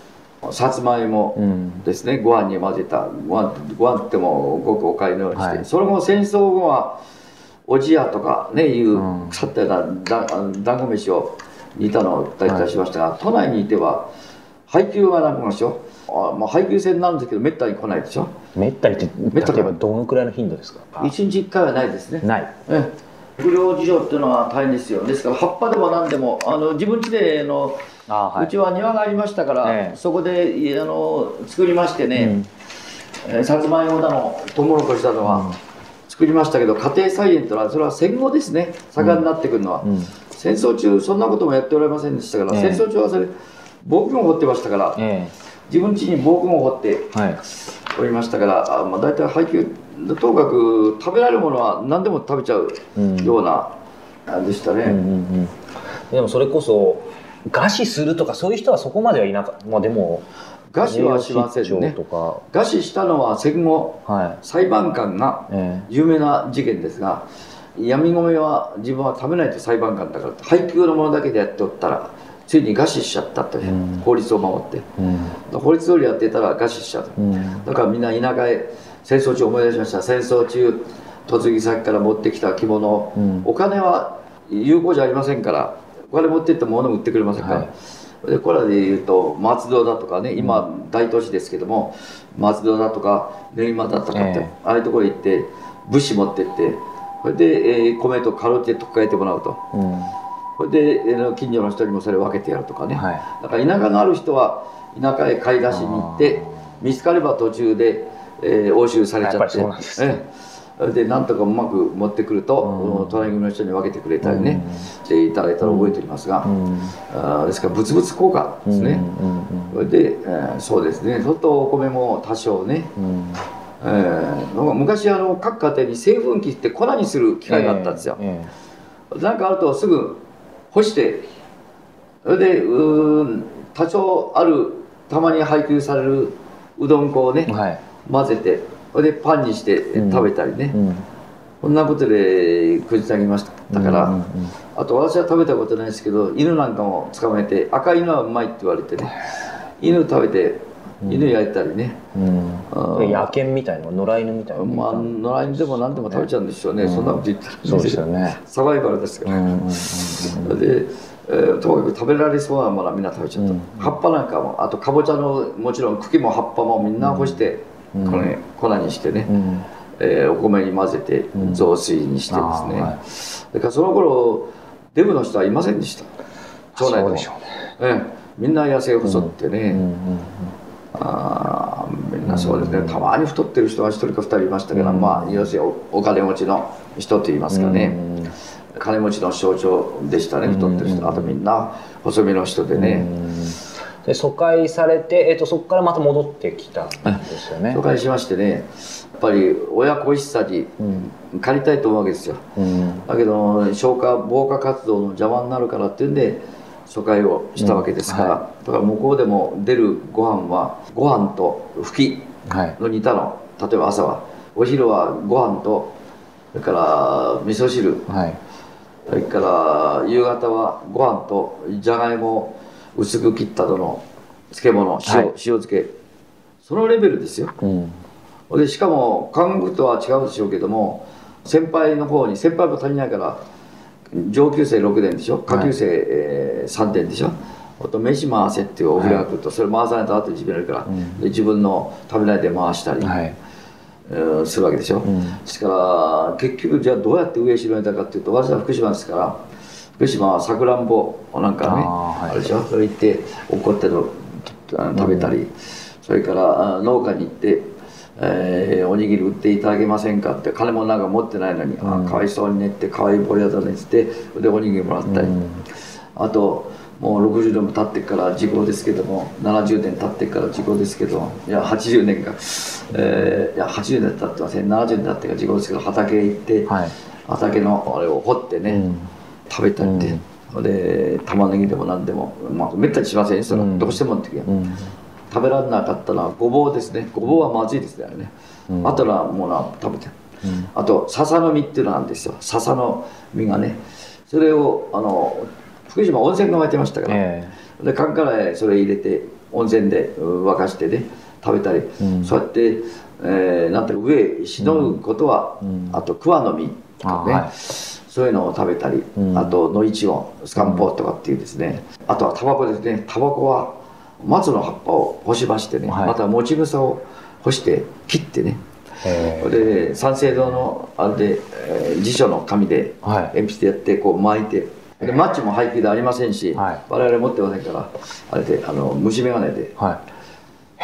さつまいもですね、うん、ご飯に混ぜたご飯ご飯ってもごくお買いのようにして、はい、その後戦争後はおじやとかねいう腐ったようなだ団子飯を煮たのを大体しましたが、はい、都内にいては配給がなくなるでしょ。あ、まあ、配給制になるんですけどめったに来ないでしょ。 めったにって例えばどのくらいの頻度ですか。 いちにちいっかいはないですね。 ない。 え不良事情っていうのは大変ですよ。ですから葉っぱでも何でもあの自分家でのあ、はい、うちは庭がありましたから、ええ、そこであの作りましてね、うん、えさつまいもだのトウモロコシだのは、うん、作りましたけど家庭菜園というのはそれは戦後ですね盛んになってくるのは、うんうん、戦争中そんなこともやっておられませんでしたから、ええ、戦争中はそれ防空壕を掘ってましたから、ええ、自分家に防空壕を掘っておりましたから、はい、あまあ、大体配給ともかく食べられるものは何でも食べちゃうような、うん、でしたね。うんうんうん、 でもそれこそ餓死するとかそういう人はそこまではいなかった。まあでも餓死はしませんね。餓死したのは戦後、はい、裁判官が有名な事件ですが、えー、闇米は自分は食べないと裁判官だから配給のものだけでやっておったらついに餓死しちゃったという、うん、法律を守って、うん、法律通りやっていたら餓死しちゃう、うん、だからみんな田舎へ戦争中思い出しました。戦争中嫁ぎ先から持ってきた着物、うん、お金は有効じゃありませんからお金持っていっても物売ってくれませんから、はい、でこれでいうと松戸だとかね、今大都市ですけども松戸だとか練馬だとかって、えー、ああいうところへ行って物資持ってってそれで、えー、米とカロテで取っ替えてもらうと、うん、それで、えー、近所の人にもそれを分けてやるとかね、はい、だから田舎のある人は田舎へ買い出しに行って見つかれば途中で、えー、押収されちゃって。でなんとかうまく持ってくると、うん、隣組の人に分けてくれたりね、うん、していただいたら覚えておりますが、うん、あですから物々交換ですね。それで、えー、そうですね、そっとお米も多少ね、うん、えー、昔あの各家庭に製粉機って粉にする機械があったんですよ。えーえー、なんかあるとすぐ干してそれでう多少あるたまに配給されるうどん粉をね、はい、混ぜてでパンにして食べたりね、うんうん、こんなことで食いつなぎましたから、うんうんうん、あと私は食べたことないですけど犬なんかも捕まえて赤犬はうまいって言われてね犬食べて犬焼いたりね、 うんうん、野犬みたいな野良犬みたいな、 まあ野良犬でも何でも食べちゃうんでしょうね、うん、そんなこと言ったら、ね、 そうですよねサバイバルですから、うんうんうんうん、で、えー、ともかく食べられそうなものはみんな食べちゃった、うんうん、葉っぱなんかもあとかぼちゃのもちろん茎も葉っぱもみんな干して、うん、これ粉にしてね、うん、えー、お米に混ぜて雑炊にしてですね、うん、はい、だからその頃デブの人はいませんでした町内でも。そうでしょうね、えー、みんな痩せ細ってね、うんうんうん、あみんなそうですね、うん、たまに太ってる人はひとりかふたりいましたけど、うん、まあ要するに お, お金持ちの人といいますかね、うん、金持ちの象徴でしたね、太ってる人、うん、あとみんな細身の人でね、うん、 で疎開されて、えー、とそこからまた戻ってきたんですよね。 疎開しましてね、やっぱり親子一茶に借りたいと思うわけですよ、うん、だけど消火防火活動の邪魔になるからっていうんで疎開をしたわけですから、うん、はい、だから向こうでも出るご飯はご飯と吹きの煮たの、はい、例えば朝はお昼はご飯とそれから味噌汁、はい、それから夕方はご飯とじゃがいも薄く切ったとの漬物 塩,、はい、塩漬け、そのレベルですよ、うん、でしかも韓国とは違うでしょうけども先輩の方に先輩も足りないから上級生ろくねんでしょ、下級生、はい、えー、さんねんでしょ、あと飯回せっていうおふが来ると、はい、それ回さないと後で自分やるから、うん、で自分の食べないで回したり、はい、えー、するわけでしょ、うん、ですから結局じゃあどうやって上へ広げたかっていうと私は福島ですから福島はさくらんぼなんかね あ,、はい、あれでしょ、それ行って怒っての食べたり、うん、それから農家に行って、えー、おにぎり売っていただけませんかって金もなんか持ってないのに、うん、あかわいそうにねってかわいいボリアだねってでおにぎりもらったり、うん、あともうろくじゅうねんも経ってから時効ですけどもななじゅうねん経ってから時効ですけどいやはちじゅうねんか、えー、いやはちじゅうねん経ってませんななじゅうねん経ってから時効ですけど畑へ行って、はい、畑のあれを掘ってね、うん、食べたりって、うん、で玉ねぎでも何でも、まあ、めったにしませんね、それは、うん、どうしてもの時は、うん、食べられなかったのはごぼうですね、ごぼうはまずいですよね、うん、あとのものは食べてる、うん、あと笹の実っていうのなんですよ、笹の実がね、それをあの福島温泉が湧いてましたから、えー、でカンカラへそれ入れて温泉で沸かしてね食べたり、うん、そうやって、えー、なんていうか上へ忍ぶことは、うん、あと桑の実とかね、はい、そういうのを食べたり、うん、あと野いちごスカンポとかっていうですね、うん、あとはタバコですね。タバコは松の葉っぱを干しましてね、はい、またもち草を干して切ってね、で三省堂のあれで、えー、辞書の紙で鉛筆でやってこう巻いて、でマッチも廃棄でありませんし、はい、我々持ってませんからあれであの虫眼鏡で、はい、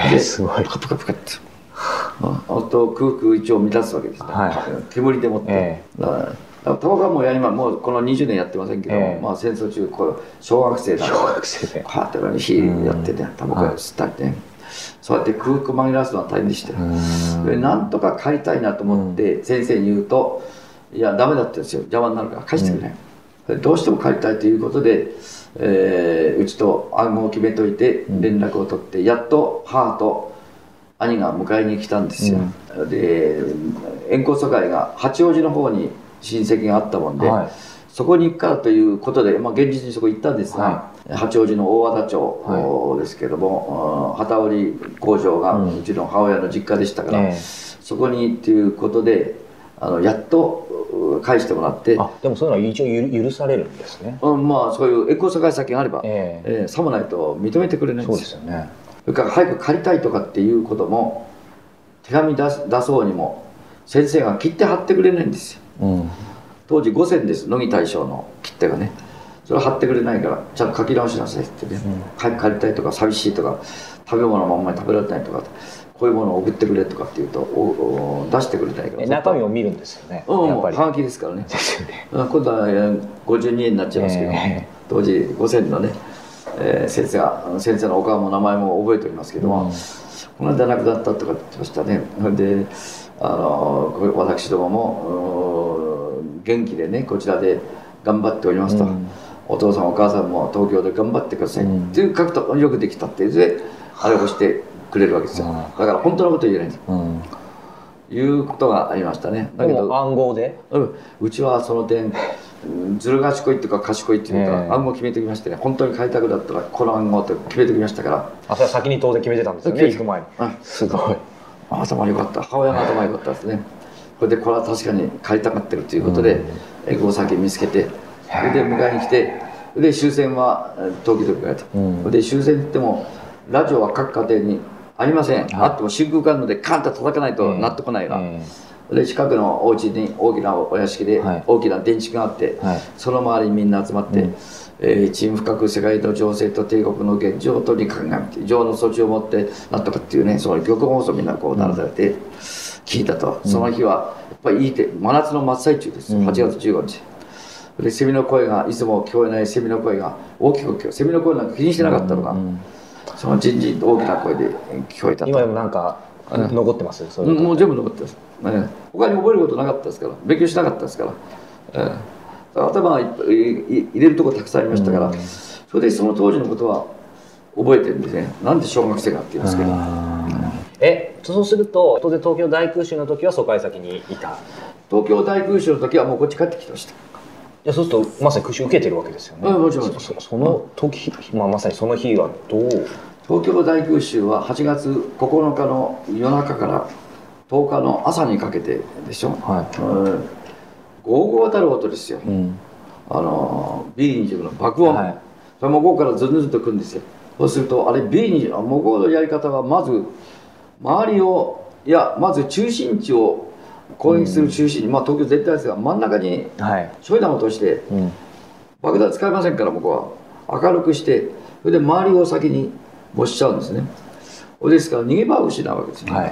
ですごいプカプカプカって、あと空気一応満たすわけですね、はい、煙でもって、えー、だからタバコはもうやりまもうこのにじゅうねんやってませんけど、えー、まあ戦争中こう小学生だから小学生ではってから火やってねタバコ吸ったりね、そうやって空腹紛らわすのは大変でしたよ。でなんとか帰りたいなと思って先生に言うと「いやダメだったんですよ邪魔になるから貸してくれ」うん、どうしても帰りたいということで、えー、うちと暗号を決めといて連絡を取って、やっと母と兄が迎えに来たんですよ。うん、で遠行疎開が八王子の方に親戚があったもんで、はい、そこに行くからということで、まあ、現実にそこ行ったんですが、はい、八王子の大和田町ですけども、はい、機織工場がうちの母親の実家でしたから、うん、そこにっていうことであのやっと返してもらって。 あでもそういうのは一応許されるんですね。 うん、まあそういう遠行疎開先があれば、えーえー、さもないと認めてくれないんですよ。そうですよね。それから早く借りたいとかっていうことも手紙出す出そうにも先生が切って貼ってくれないんですよ。うん、当時ごせんです乃木大将の切手がね。それは貼ってくれないからちゃんと書き直しなさいってね、うん、早く借りたいとか寂しいとか食べ物もあんまり食べられないとかこういうものを送ってくれとかっていうとおお出してくれないから中身を見るんですよね。 うん、やっぱりはがきですからね。今度はごじゅうにえんになっちゃいますけど、えー、当時ごせんのね、えー、先生が先生のお顔も名前も覚えておりますけども、うん、この間亡くなったとかって言ってましたね。であの私どもも元気でねこちらで頑張っておりますと、うん、お父さんお母さんも東京で頑張ってください、うん、っていう書くとよくできたってであれをしてくれるわけですよ。だから本当のこと言えないんですよ、うん、いうことがありましたね。 だけど暗号で、 うん、うちはその点ずる賢いっていうか賢いっていうか、えー、暗号決めてきましてね、本当に買いたくだったらこの暗号って決めてきましたから。 あ、それは先に当然決めてたんですよね、行く前に。すごい頭良かった。母親が頭良かったですね。これでこれは確かに買いたがってるということでエゴを先見つけて、それで迎えに来て、で終戦は東京で迎えた、うん、で終戦って言ってもラジオは各家庭にありません、はい、あっても真空管でカンと叩かないとなってこないが、えー、で近くのお家に大きなお屋敷で大きな電池があって、はい、その周りにみんな集まって、うん、えー、沈深く世界の情勢と帝国の現状とに考えて情の措置を持ってなんとかっていうね、その玉放送みんなこう鳴らされて聞いたと、うん、その日はやっぱりいいて真夏の真っ最中です、うん、はちがつじゅうごにちでセミの声がいつも聞こえないセミの声が大きく聞こえ、セミの声なんか気にしてなかったのが、うん、そのじんじんと大きな声で聞こえたと。 今でもなんか残ってます、 うん、もう全部残ってます、ね、他に覚えることなかったですから、勉強しなかったですから、えー、頭が入れるところたくさんありましたから、うん、それでその当時のことは覚えてるんですね。なんで小学生がって言いますけど、うん、 えそうすると当然東京大空襲の時は疎開先にいた。 東京大空襲の時はもうこっち帰ってきてました。 いやそうするとまさに空襲受けてるわけですよね。 うん、もちろん。 そ, その時、まあ、まさにその日はどう。 東京大空襲ははちがつここのかの夜中からとおかの朝にかけてでしょ、はい、うん、ゴーゴー当たる音ですよ、うん、あの ビーにじゅう の爆音、はい、それもここからずんずんとくるんですよ。そうするとあれ ビーにじゅう もうこのやり方はまず周りをいやまず中心地を攻撃する中心に、うん、まあ東京全体ですが真ん中にしょい弾を落として、うん、爆弾使いませんから僕は明るくしてそれで周りを先に没しちゃうんですね。ですから逃げ場を失うわけですね、はい、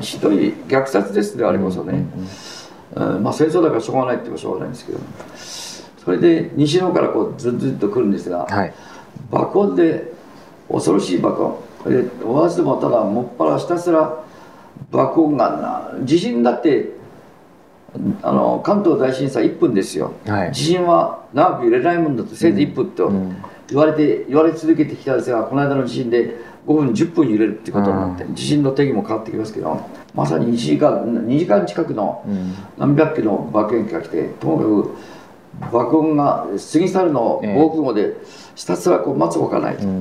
ひどい虐殺ですねあれこそね、うんうんうん、まあ戦争だからしょうがないって言えばしょうがないんですけど、それで西の方からこうずっずっと来るんですが、はい、爆音で恐ろしい爆音でおわずもただもっぱらひたすら爆音がな地震だってあの関東大震災いっぷんですよ、はい、地震は長く揺れないもんだとせいぜいいっぷんと言われて言われ続けてきたんですが、この間の地震でごふんじゅっぷん揺れるっていうことになって、うん、地震の定義も変わってきますけど、まさにいちじかんにじかん近くの何百機の爆撃機が来て、ともかく爆音が過ぎ去るのを防空壕でひたすらこう待つほかないと、うん、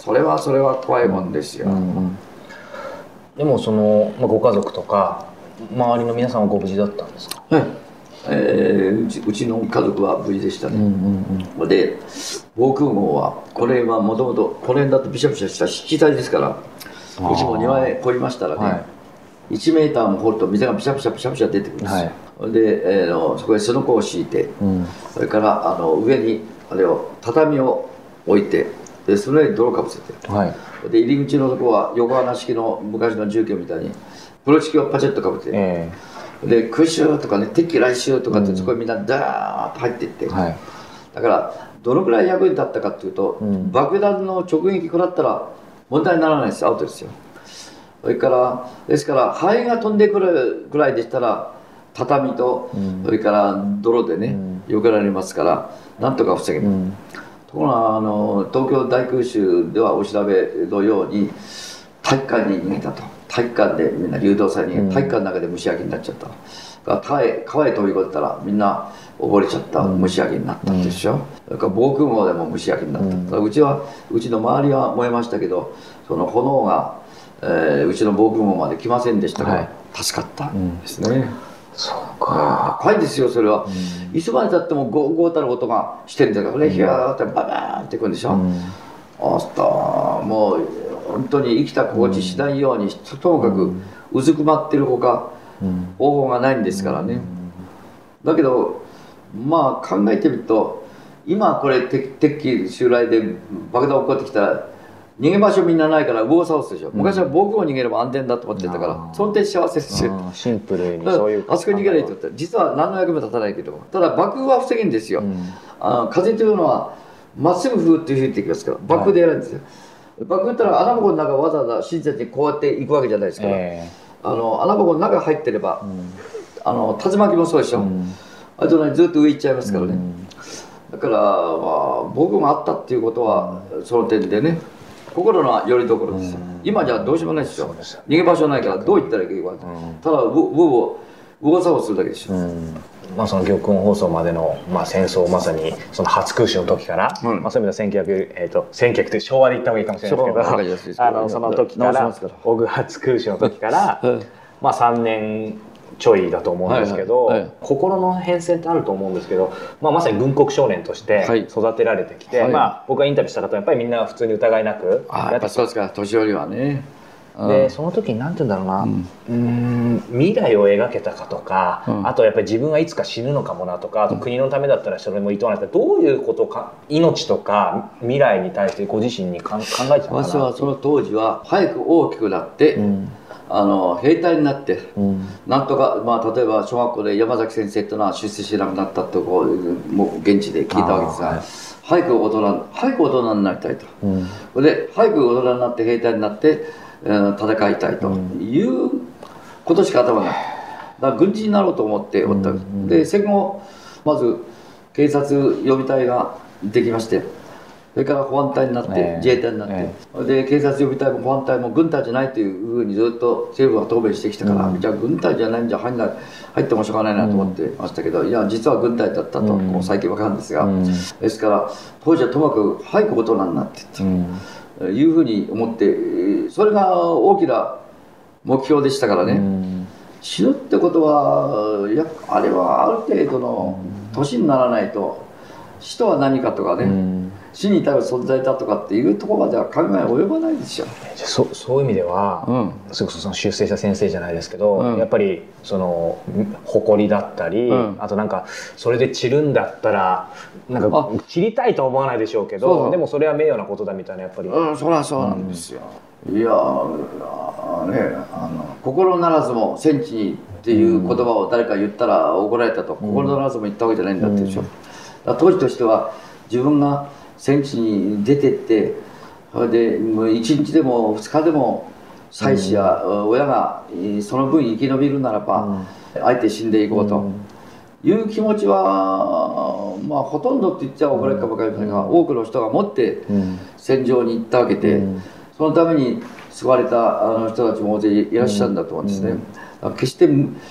それはそれは怖いもんですよ。うんうん、 でもその、まあ、ご家族とか周りの皆さんはご無事だったんですか？ はい、えー、うち、うちの家族は無事でしたね。うんうんうん、で防空壕はこれはもともとこれだとビシャビシャした湿地帯ですから、うちも庭へ掘りましたらね、はい、いちメーターも掘ると水がビシャビシャビシャビシャ出てくるんですよ。はい、で、えー、のそこへすのこを敷いて、うん、それからあの上にあれを畳を置いて、でその上に泥かぶせて、はい、で入り口のとこは横穴式の昔の住居みたいに風呂敷をパチッとかぶって、えー、で空襲とかね敵機来襲とかって、うん、そこへみんなダーッと入っていって、はい、だからどのくらい役に立ったかっていうと、うん、爆弾の直撃食らったら問題にならないです、アウトですよ。それからですから灰が飛んでくるくらいでしたら畳と、うん、それから泥でね、うん、避けられますからなんとか防げる、うん、ところがあの東京大空襲ではお調べのように体育館に逃げたと、体育館でみんな流動されに逃げ、体育館の中で蒸し焼きになっちゃった、川へ川へ飛び込んだらみんな溺れちゃった、蒸し焼きになったでしょ、うん、それから防空壕でも蒸し焼きになった、うん、うちはうちの周りは燃えましたけどその炎が、えー、うちの防空壕まで来ませんでしたから、はい、助かったんですね、うん、そうか、怖いですよそれは、うん、いつまでたってもゴーゴーたる音がしてるんだからね、ヒャーってババーンってくるんでしょ、うん、あったもう本当に生きた心地しないように、うん、ともかくうずくまってるほか、うん、方法がないんですからね、うん、だけどまあ考えてみると今これ敵機襲来で爆弾起こってきたら逃げ場所みんなないから右往左往するでしょ、うん、昔は防空壕逃げれば安全だと思ってたからその点幸せですよ。 シンプルにそういうあそこに逃げないと言ったら実は何の役も立たないけどただ爆風は防げるんですよ、うん、あ風というのはまっすぐ吹って吹いてきますから爆風でやるんですよ、はい、爆風ってのは穴ぼこの中わざわざ親切にこうやって行くわけじゃないですから、えー、あの穴ぼこの中入ってれば、うん、あの竜巻もそうでしょ、うん、あとねずっと上行っちゃいますからね、うん、だからまあ僕もあったっていうことはその点でね心の拠り所ですよ、うん、今じゃどうしようもないですよ、逃げ場所ないからどう行ったらいいか、うん、ただウブを動かそうするだけでしょ、うん、 まあその玉音放送までの、まあ、戦争まさにその初空襲の時から、うん、まあそういう意味ではせんきゅうひゃく、えー、とせんきゅうひゃくって昭和で言った方がいいかもしれないですけどあのその時から小具初空襲の時から、まあさんねんちょいだと思うんですけど、はいはいはい、心の変遷ってあると思うんですけど、まあ、まさに軍国少年として育てられてきて、はい、まあ、僕がインタビューした方はやっぱりみんな普通に疑いなくあやっぱそうですか年寄りはねでその時に何て言うんだろうな、うん、うーん未来を描けたかとか、うん、あとやっぱり自分はいつか死ぬのかもなとかあと国のためだったらそれもいとわないとどういうことか命とか未来に対してご自身に考えてたのかな。 私はその当時は早く大きくなって、うんあの兵隊になって、うん、なんとか、まあ、例えば小学校で山崎先生というのは出世しなくなったとこうもう現地で聞いたわけですが、はい、早く大人早く大人になりたいと、うん、で早く大人になって兵隊になって、えー、戦いたいということしか頭がない。だから軍人になろうと思っておったわけです、うん、で戦後まず警察予備隊ができましてそれから保安隊になって、えー、自衛隊になって、えー、で警察予備隊も保安隊も軍隊じゃないというふうにずっと政府は答弁してきたから、うん、じゃあ軍隊じゃないんじゃ入んない入ってもしょうがないなと思ってましたけど、うん、いや実は軍隊だったと、うん、こう最近分かるんですが、うん、ですから当時はともかく早く大人になってと、うん、いうふうに思ってそれが大きな目標でしたからね、うん、死ぬってことはいやあれはある程度の年にならないと死とは何かとかね、うん死に至る存在だとかっていうところまでは考え及ばないですよ。 そそういう意味では、うん、それこそその出世した先生じゃないですけど、うん、やっぱりその誇りだったり、うん、あとなんかそれで散るんだったらなんか散りたいとは思わないでしょうけどそうそうでもそれは名誉なことだみたいなやっぱり、 うん、そりゃそうなんですよ、うん、いやあねあの心ならずも戦地にっていう言葉を誰か言ったら怒られたと、うん、心ならずも言ったわけじゃないんだってでしょ、うん、だ当時としては自分が戦地に出てってそれでもういちにちでもふつかでも妻子や親がその分生き延びるならばあえて死んでいこうという気持ちはまあほとんどって言っちゃ怒られるかもわかりませんが多くの人が持って戦場に行ったわけでそのために救われたあの人たちも大勢いらっしゃるんだと思うんですね。決して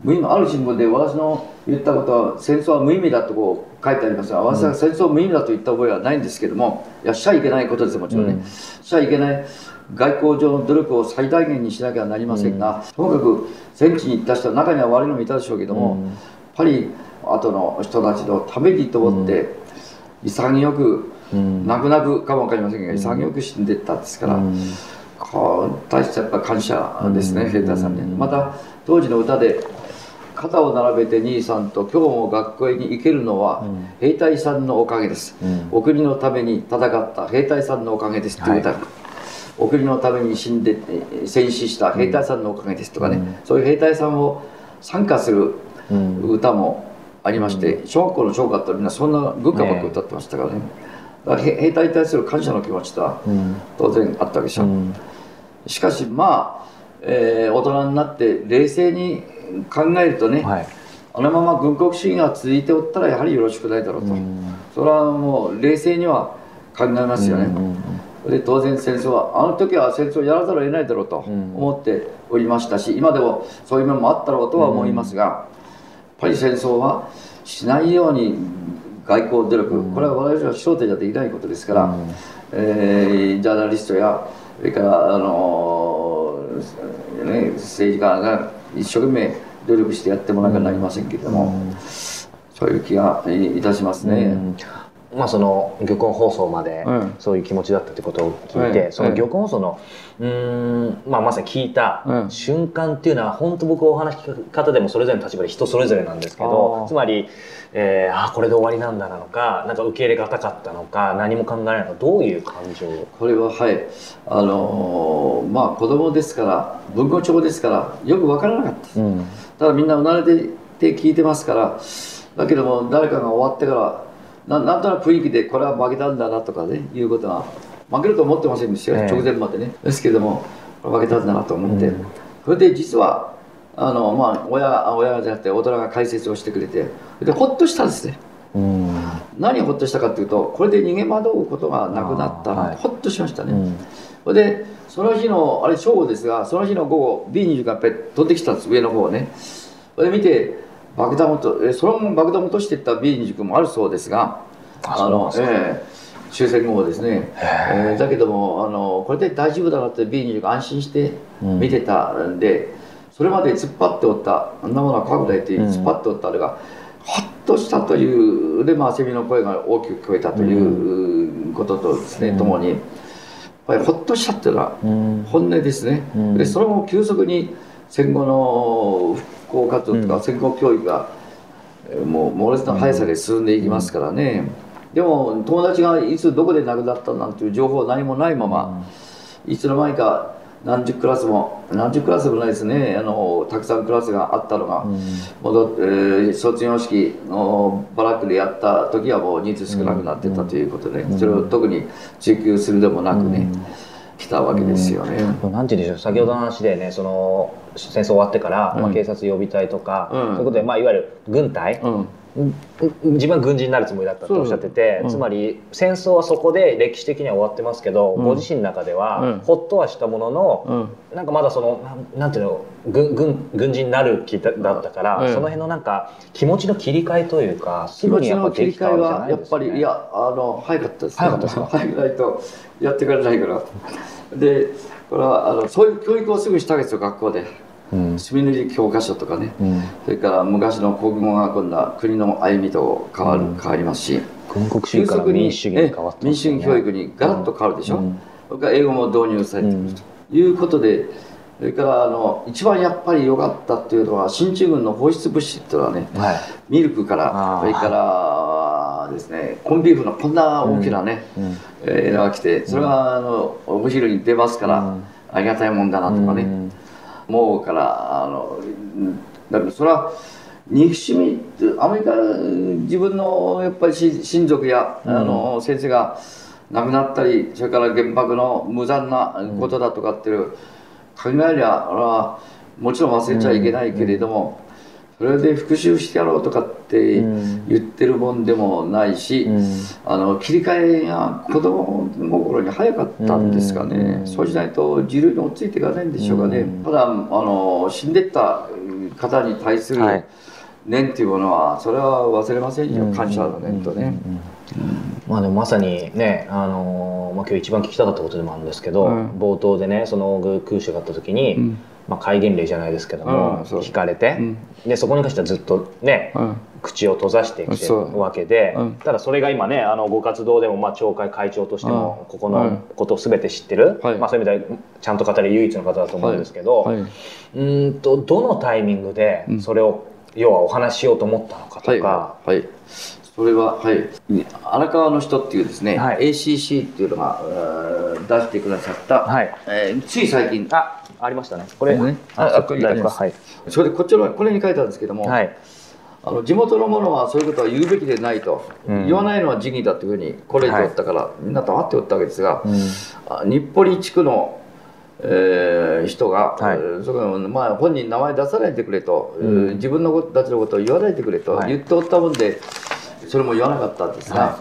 無意味、ある新聞で私の言ったことは戦争は無意味だとこう書いてありますが、私は戦争は無意味だと言った覚えはないんですけども、いやしちゃいけないことですよ、もちろんね、うん、しちゃいけない外交上の努力を最大限にしなきゃなりませんが、うん、ともかく戦地に行った人は中には悪いのもいたでしょうけども、うん、やっぱり後の人たちのためにと思って、うん、潔く、うん、泣く泣くかも分かりませんが潔く死んでいったんですから、うん、こう大してやっぱ感謝ですね、兵隊さんに。また当時の歌で肩を並べて兄さんと今日も学校に行けるのは兵隊さんのおかげです、うん、お国のために戦った兵隊さんのおかげですっていう歌が、はい、お国のために死んで戦死した兵隊さんのおかげですとかね、うん、そういう兵隊さんを参加する歌もありまして、うん、小学校の唱歌ってみんなそんな軍歌ばっか歌ってましたからね、だから兵隊に対する感謝の気持ちとは当然あったわけでしょ、うん、しかしまあ、えー、大人になって冷静に考えるとね、はい、あのまま軍国主義が続いておったらやはりよろしくないだろうと、うん、それはもう冷静には考えますよね、うんうん、で当然戦争はあの時は戦争をやらざるを得ないだろうと思っておりましたし、今でもそういう面もあったろうとは思いますが、やっぱり戦争はしないように外交努力、これは私は焦点じゃできないことですから、うん、えー、ジャーナリストやそれからあのーね、政治家が一生懸命努力してやってもらわなきゃなりませんけれども、うん、そういう気がいたしますね。うん、 まあその玉音放送までそういう気持ちだったということを聞いて、うん、その玉音放送のうーん、まあ、まさに聞いた瞬間っていうのは本当僕お話聞き方でもそれぞれの立場で人それぞれなんですけど、つまり、えー、ああこれで終わりなんだなのか、なんか受け入れがたかったのか、何も考えないのか、どういう感情？ これははいあのー、まあ子供ですから文語帳ですからよく分からなかったです、うん、ただみんなうなれて聞いてますから、だけども誰かが終わってからな, なんとなく雰囲気でこれは負けたんだなとかねいうことは負けると思ってませんでしたよ、えー、直前までね。ですけれどもこれ負けたんだなと思って、うん、それで実はあの、まあ、親, 親じゃなくて大人が解説をしてくれて、でほっとしたんですね、うん、何をほっとしたかというとこれで逃げ惑うことがなくなった、はい、ほっとしましたね、うん、それでその日のあれ正午ですが、その日の午後 ビーにじゅう がやっぱり飛んできたんです、上の方をね。それで見て爆弾をとそのまま爆弾を落としていった ビーにじゅう もあるそうですが、あの、えー、終戦後ですね、えー、だけどもあのこれで大丈夫だなって ビーにじゅう が安心して見てたんで、うん、それまで突っ張っておったあんなものは核だって突っ張っておったあれが、ほっとしたというで、まあ、セミの声が大きく聞こえたということとですね、うん、ともにやっぱりほっとしたっていうのは本音ですね、うん、でその後急速に戦後の復興活動とか戦後教育がもう猛烈な速さで進んでいきますからね、うん、でも友達がいつどこで亡くなったなんていう情報何もないまま、うん、いつの間にか何十クラスも何十クラスもないですね、あのたくさんクラスがあったのが、うん、戻って、えー、卒業式のバラックでやった時はもう人数少なくなってたということで、うん、それを特に追求するでもなくね、うん、来たわけですよね。 うん、なんて言うんでしょう、先ほどの話でね、その戦争終わってから、うん、まあ、警察予備隊とか、うん、そういうことで、まあ、いわゆる軍隊、うん自分は軍人になるつもりだったとおっしゃってて、うん、つまり戦争はそこで歴史的には終わってますけど、うん、ご自身の中では、うん、ほっとはしたものの、うん、なんかまだその な, なんていうの 軍, 軍, 軍人になる気だったから、うん、その辺のなんか気持ちの切り替えというか、 すぐにやっぱできたわけじゃないですかね。気持ちの切り替えはやっぱりいやあの早かったですね。早かったですか。早くないとやってくれないからでこれはあのそういう教育をすぐしたわけですよ、学校で。墨塗り教科書とかね、うん、それから昔の国語が今度は国の歩みと変わる、うん、変わりますし、 軍国主義から民主主義に変わって、 ね、民主主義教育にガラッと変わるでしょ、うん、それから英語も導入されてくるということで、それからあの一番やっぱり良かったっていうのは進駐軍の放出物資っていうのはね、はい、ミルクからそれからですねコンビーフのこんな大きなね、うんうんえー、が来て、それがあのお昼に出ますから、うん、ありがたいもんだなとかね、うんもうからあのだからそれは憎しみアメリカ自分のやっぱり親族や、うん、あの先生が亡くなったり、それから原爆の無残なことだとかっていう、うん、考えりゃあれはもちろん忘れちゃいけないけれども、うん、 それで復習してやろうとかって言ってるもんでもないし、うん、あの切り替えが子供心に早かったんですかね、うん、そうしないと時流に追いついていかないんでしょうかね、うん、ただあの死んでった方に対する念っていうものはそれは忘れませんよ、感謝の念とね。 まあでもまさにね、あのーまあ、今日一番聞きたかったことでもあるんですけど、うん、冒頭でねその空襲があった時に、うん、まあ、戒厳令じゃないですけども、うん、引かれて、うん、でそこに関してはずっとね、うん、口を閉ざしてきてるわけで、うん、ただそれが今ねあのご活動でも、まあ、町会会長としてもここのことを全て知ってる、はい、まあ、そういう意味ではちゃんと語る唯一の方だと思うんですけど、はいはい、うんとどのタイミングでそれを、要はお話ししようと思ったのかとか。はいはい、 それは、はい、荒川の人っていうですね、はい、エーシーシー っていうのが出してくださった、はい、えー、つい最近あありましたね、これね、 ああこれにはい、それでこっちのこれに書いてあるんですけども、はい、あの地元の者はそういうことは言うべきでないと、うん、言わないのは辞儀だというふうにこれ以上おったから、はい、みんな黙っておったわけですが、うん、日暮里地区のえー、人が、はい、そこまあ、本人名前出さないでくれと、うん、自分のことたちのことを言わないでくれと言っておったもんで、はい、それも言わなかったんですが、はい、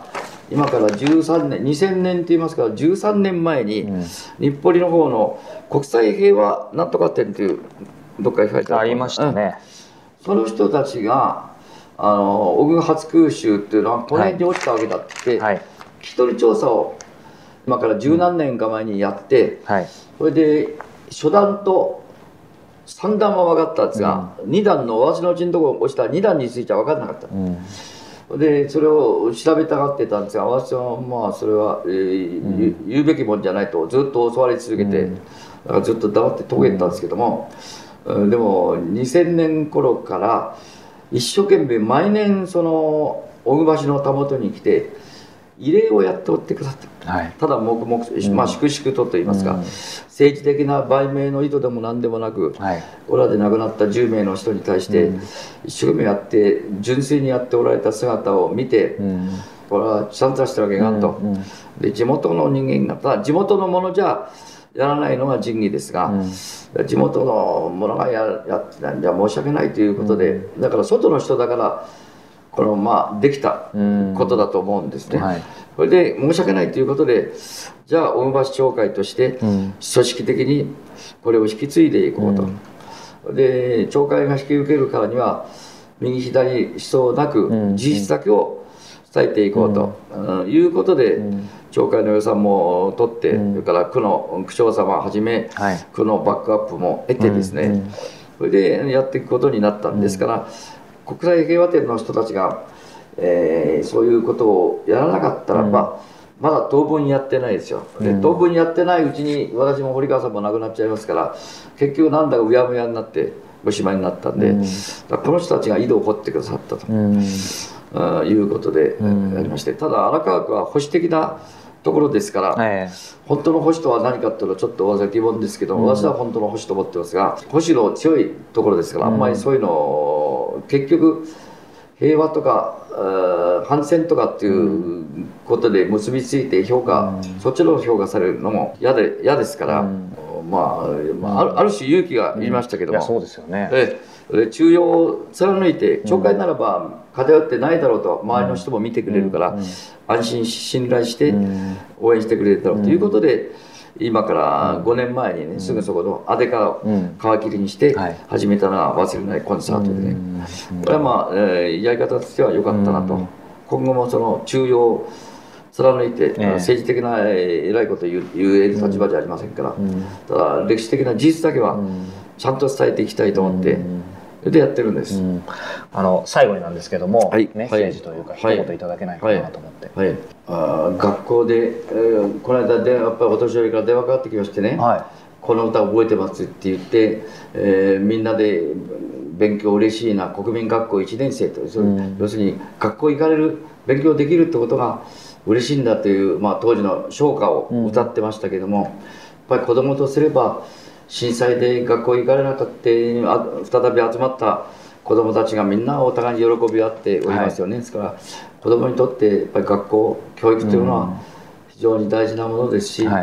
今からじゅうさんねんにせんねんって言いますからじゅうさんねんまえに、うん、日暮里の方の国際平和なんとか展っていうどっかに書いてあるありましたね、 うん、その人たちがあの小国初空襲っていうのはこの辺に落ちたわけだって、はい、聞き取り調査を今から十何年か前にやって、うん、はい、それで初段とさん段は分かったんですが、うん、に段の私のうちのところ落ちたに段については分からなかった、うん、でそれを調べたがってたんですが、私はまあそれは、えーうん、言うべきもんじゃないとずっと教わり続けて、うん、だからずっと黙って遂げたんですけども、うん、でもにせんねん頃から一生懸命毎年その小国橋のたもとに来て慰霊をやっておってくださった、はい、ただ黙々と、まあ、粛々とといいますか、うん、政治的な売名の意図でも何でもなく、はい、オラで亡くなったじゅうめいの人に対して、うん、一生懸命やって純粋にやっておられた姿を見て、うん、これはちゃんとしたわけがと、うんうん、で地元の人間がただ地元のものじゃやらないのが仁義ですが、うん、地元のものがややってないんじゃ申し訳ないということで、うん、だから外の人だからこのまあできたことだと思うんですね、はい、それで申し訳ないということでじゃあ小国橋町会として組織的にこれを引き継いでいこうと、うん、で町会が引き受けるからには右左思想なく事実だけを伝えていこうと、うん、いうことで、うん、町会の予算も取って、うん、それから区の区長様はじめ、はい、区のバックアップも得てですね、うん、それでやっていくことになったんですから、国際平和展の人たちが、えー、そういうことをやらなかったらば、うん、まだ当分やってないですよ、うん、で当分やってないうちに私も堀川さんも亡くなっちゃいますから結局なんだかうやむやになっておしまいになったんで、うん、この人たちが井戸を掘ってくださったと、うん、いうことでありまして、ただ荒川区は保守的なところですから、えー、本当の保守とは何かっていうのはちょっと私は疑問ですけど、うん、私は本当の保守と思ってますが保守の強いところですから、うん、あんまりそういうのを結局平和とか反戦とかっていうことで結びついて評価、うん、そっちの評価されるのも嫌で嫌ですから、うん、まあ、まあ、あるある種勇気がいりましたけども、 うん、そうですよね。 え中庸を貫いて町会ならば偏ってないだろうと周りの人も見てくれるから、安心信頼して応援してくれるだろうということで、今からごねんまえにねすぐそこのアデカを皮切りにして始めたのは忘れないコンサートでね、これはまあ、えー、やり方としては良かったなと、今後もその中庸を貫いて政治的な偉いことを言える立場じゃありませんから、ただ歴史的な事実だけはちゃんと伝えていきたいと思ってでやってるんです、うん、 あの最後になんですけども、はい、メッセージというか、はい、一言いただけないかなと思って、はいはい、 あ学校で、えー、この間でやっぱりお年寄りから電話かかってきましてね、はい、この歌覚えてますって言って、えー、みんなで勉強嬉しいな国民学校いちねん生と、うん、要するに学校行かれる勉強できるってことが嬉しいんだという、まあ、当時の唱歌を歌ってましたけども、うん、やっぱり子供とすれば震災で学校行かれなかった再び集まった子どもたちがみんなお互いに喜び合っておりますよね、はい、ですから子どもにとってやっぱり学校教育というのは非常に大事なものですし、はい、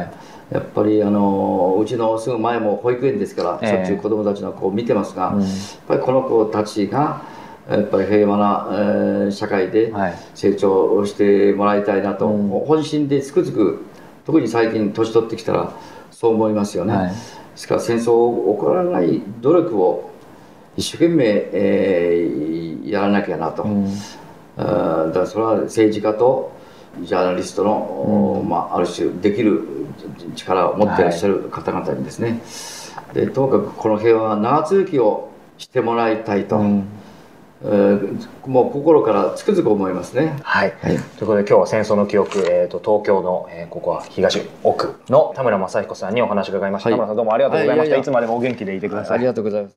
やっぱりあのうちのすぐ前も保育園ですから、しょっちゅう子どもたちの子を見てますが、うん、やっぱりこの子たちがやっぱり平和な、えー、社会で成長してもらいたいなと、うん、本心でつくづく、特に最近年取ってきたらそう思いますよね。はい、ですから戦争を起こらない努力を一生懸命、えー、やらなきゃなと、うん、あだからそれは政治家とジャーナリストの、うん、まあ、ある種できる力を持っていらっしゃる方々にですね、はい、でともかくこの平和は長続きをしてもらいたいと、うん、えー、もう心からつくづく思いますね。 はい、はい、ということで今日は戦争の記憶、えー、と東京の、えー、ここは東奥の田村正彦さんにお話を伺いました。はい、田村さんどうもありがとうございました。はい、いやいやいつまでもお元気でいてください。 ありがとうございます。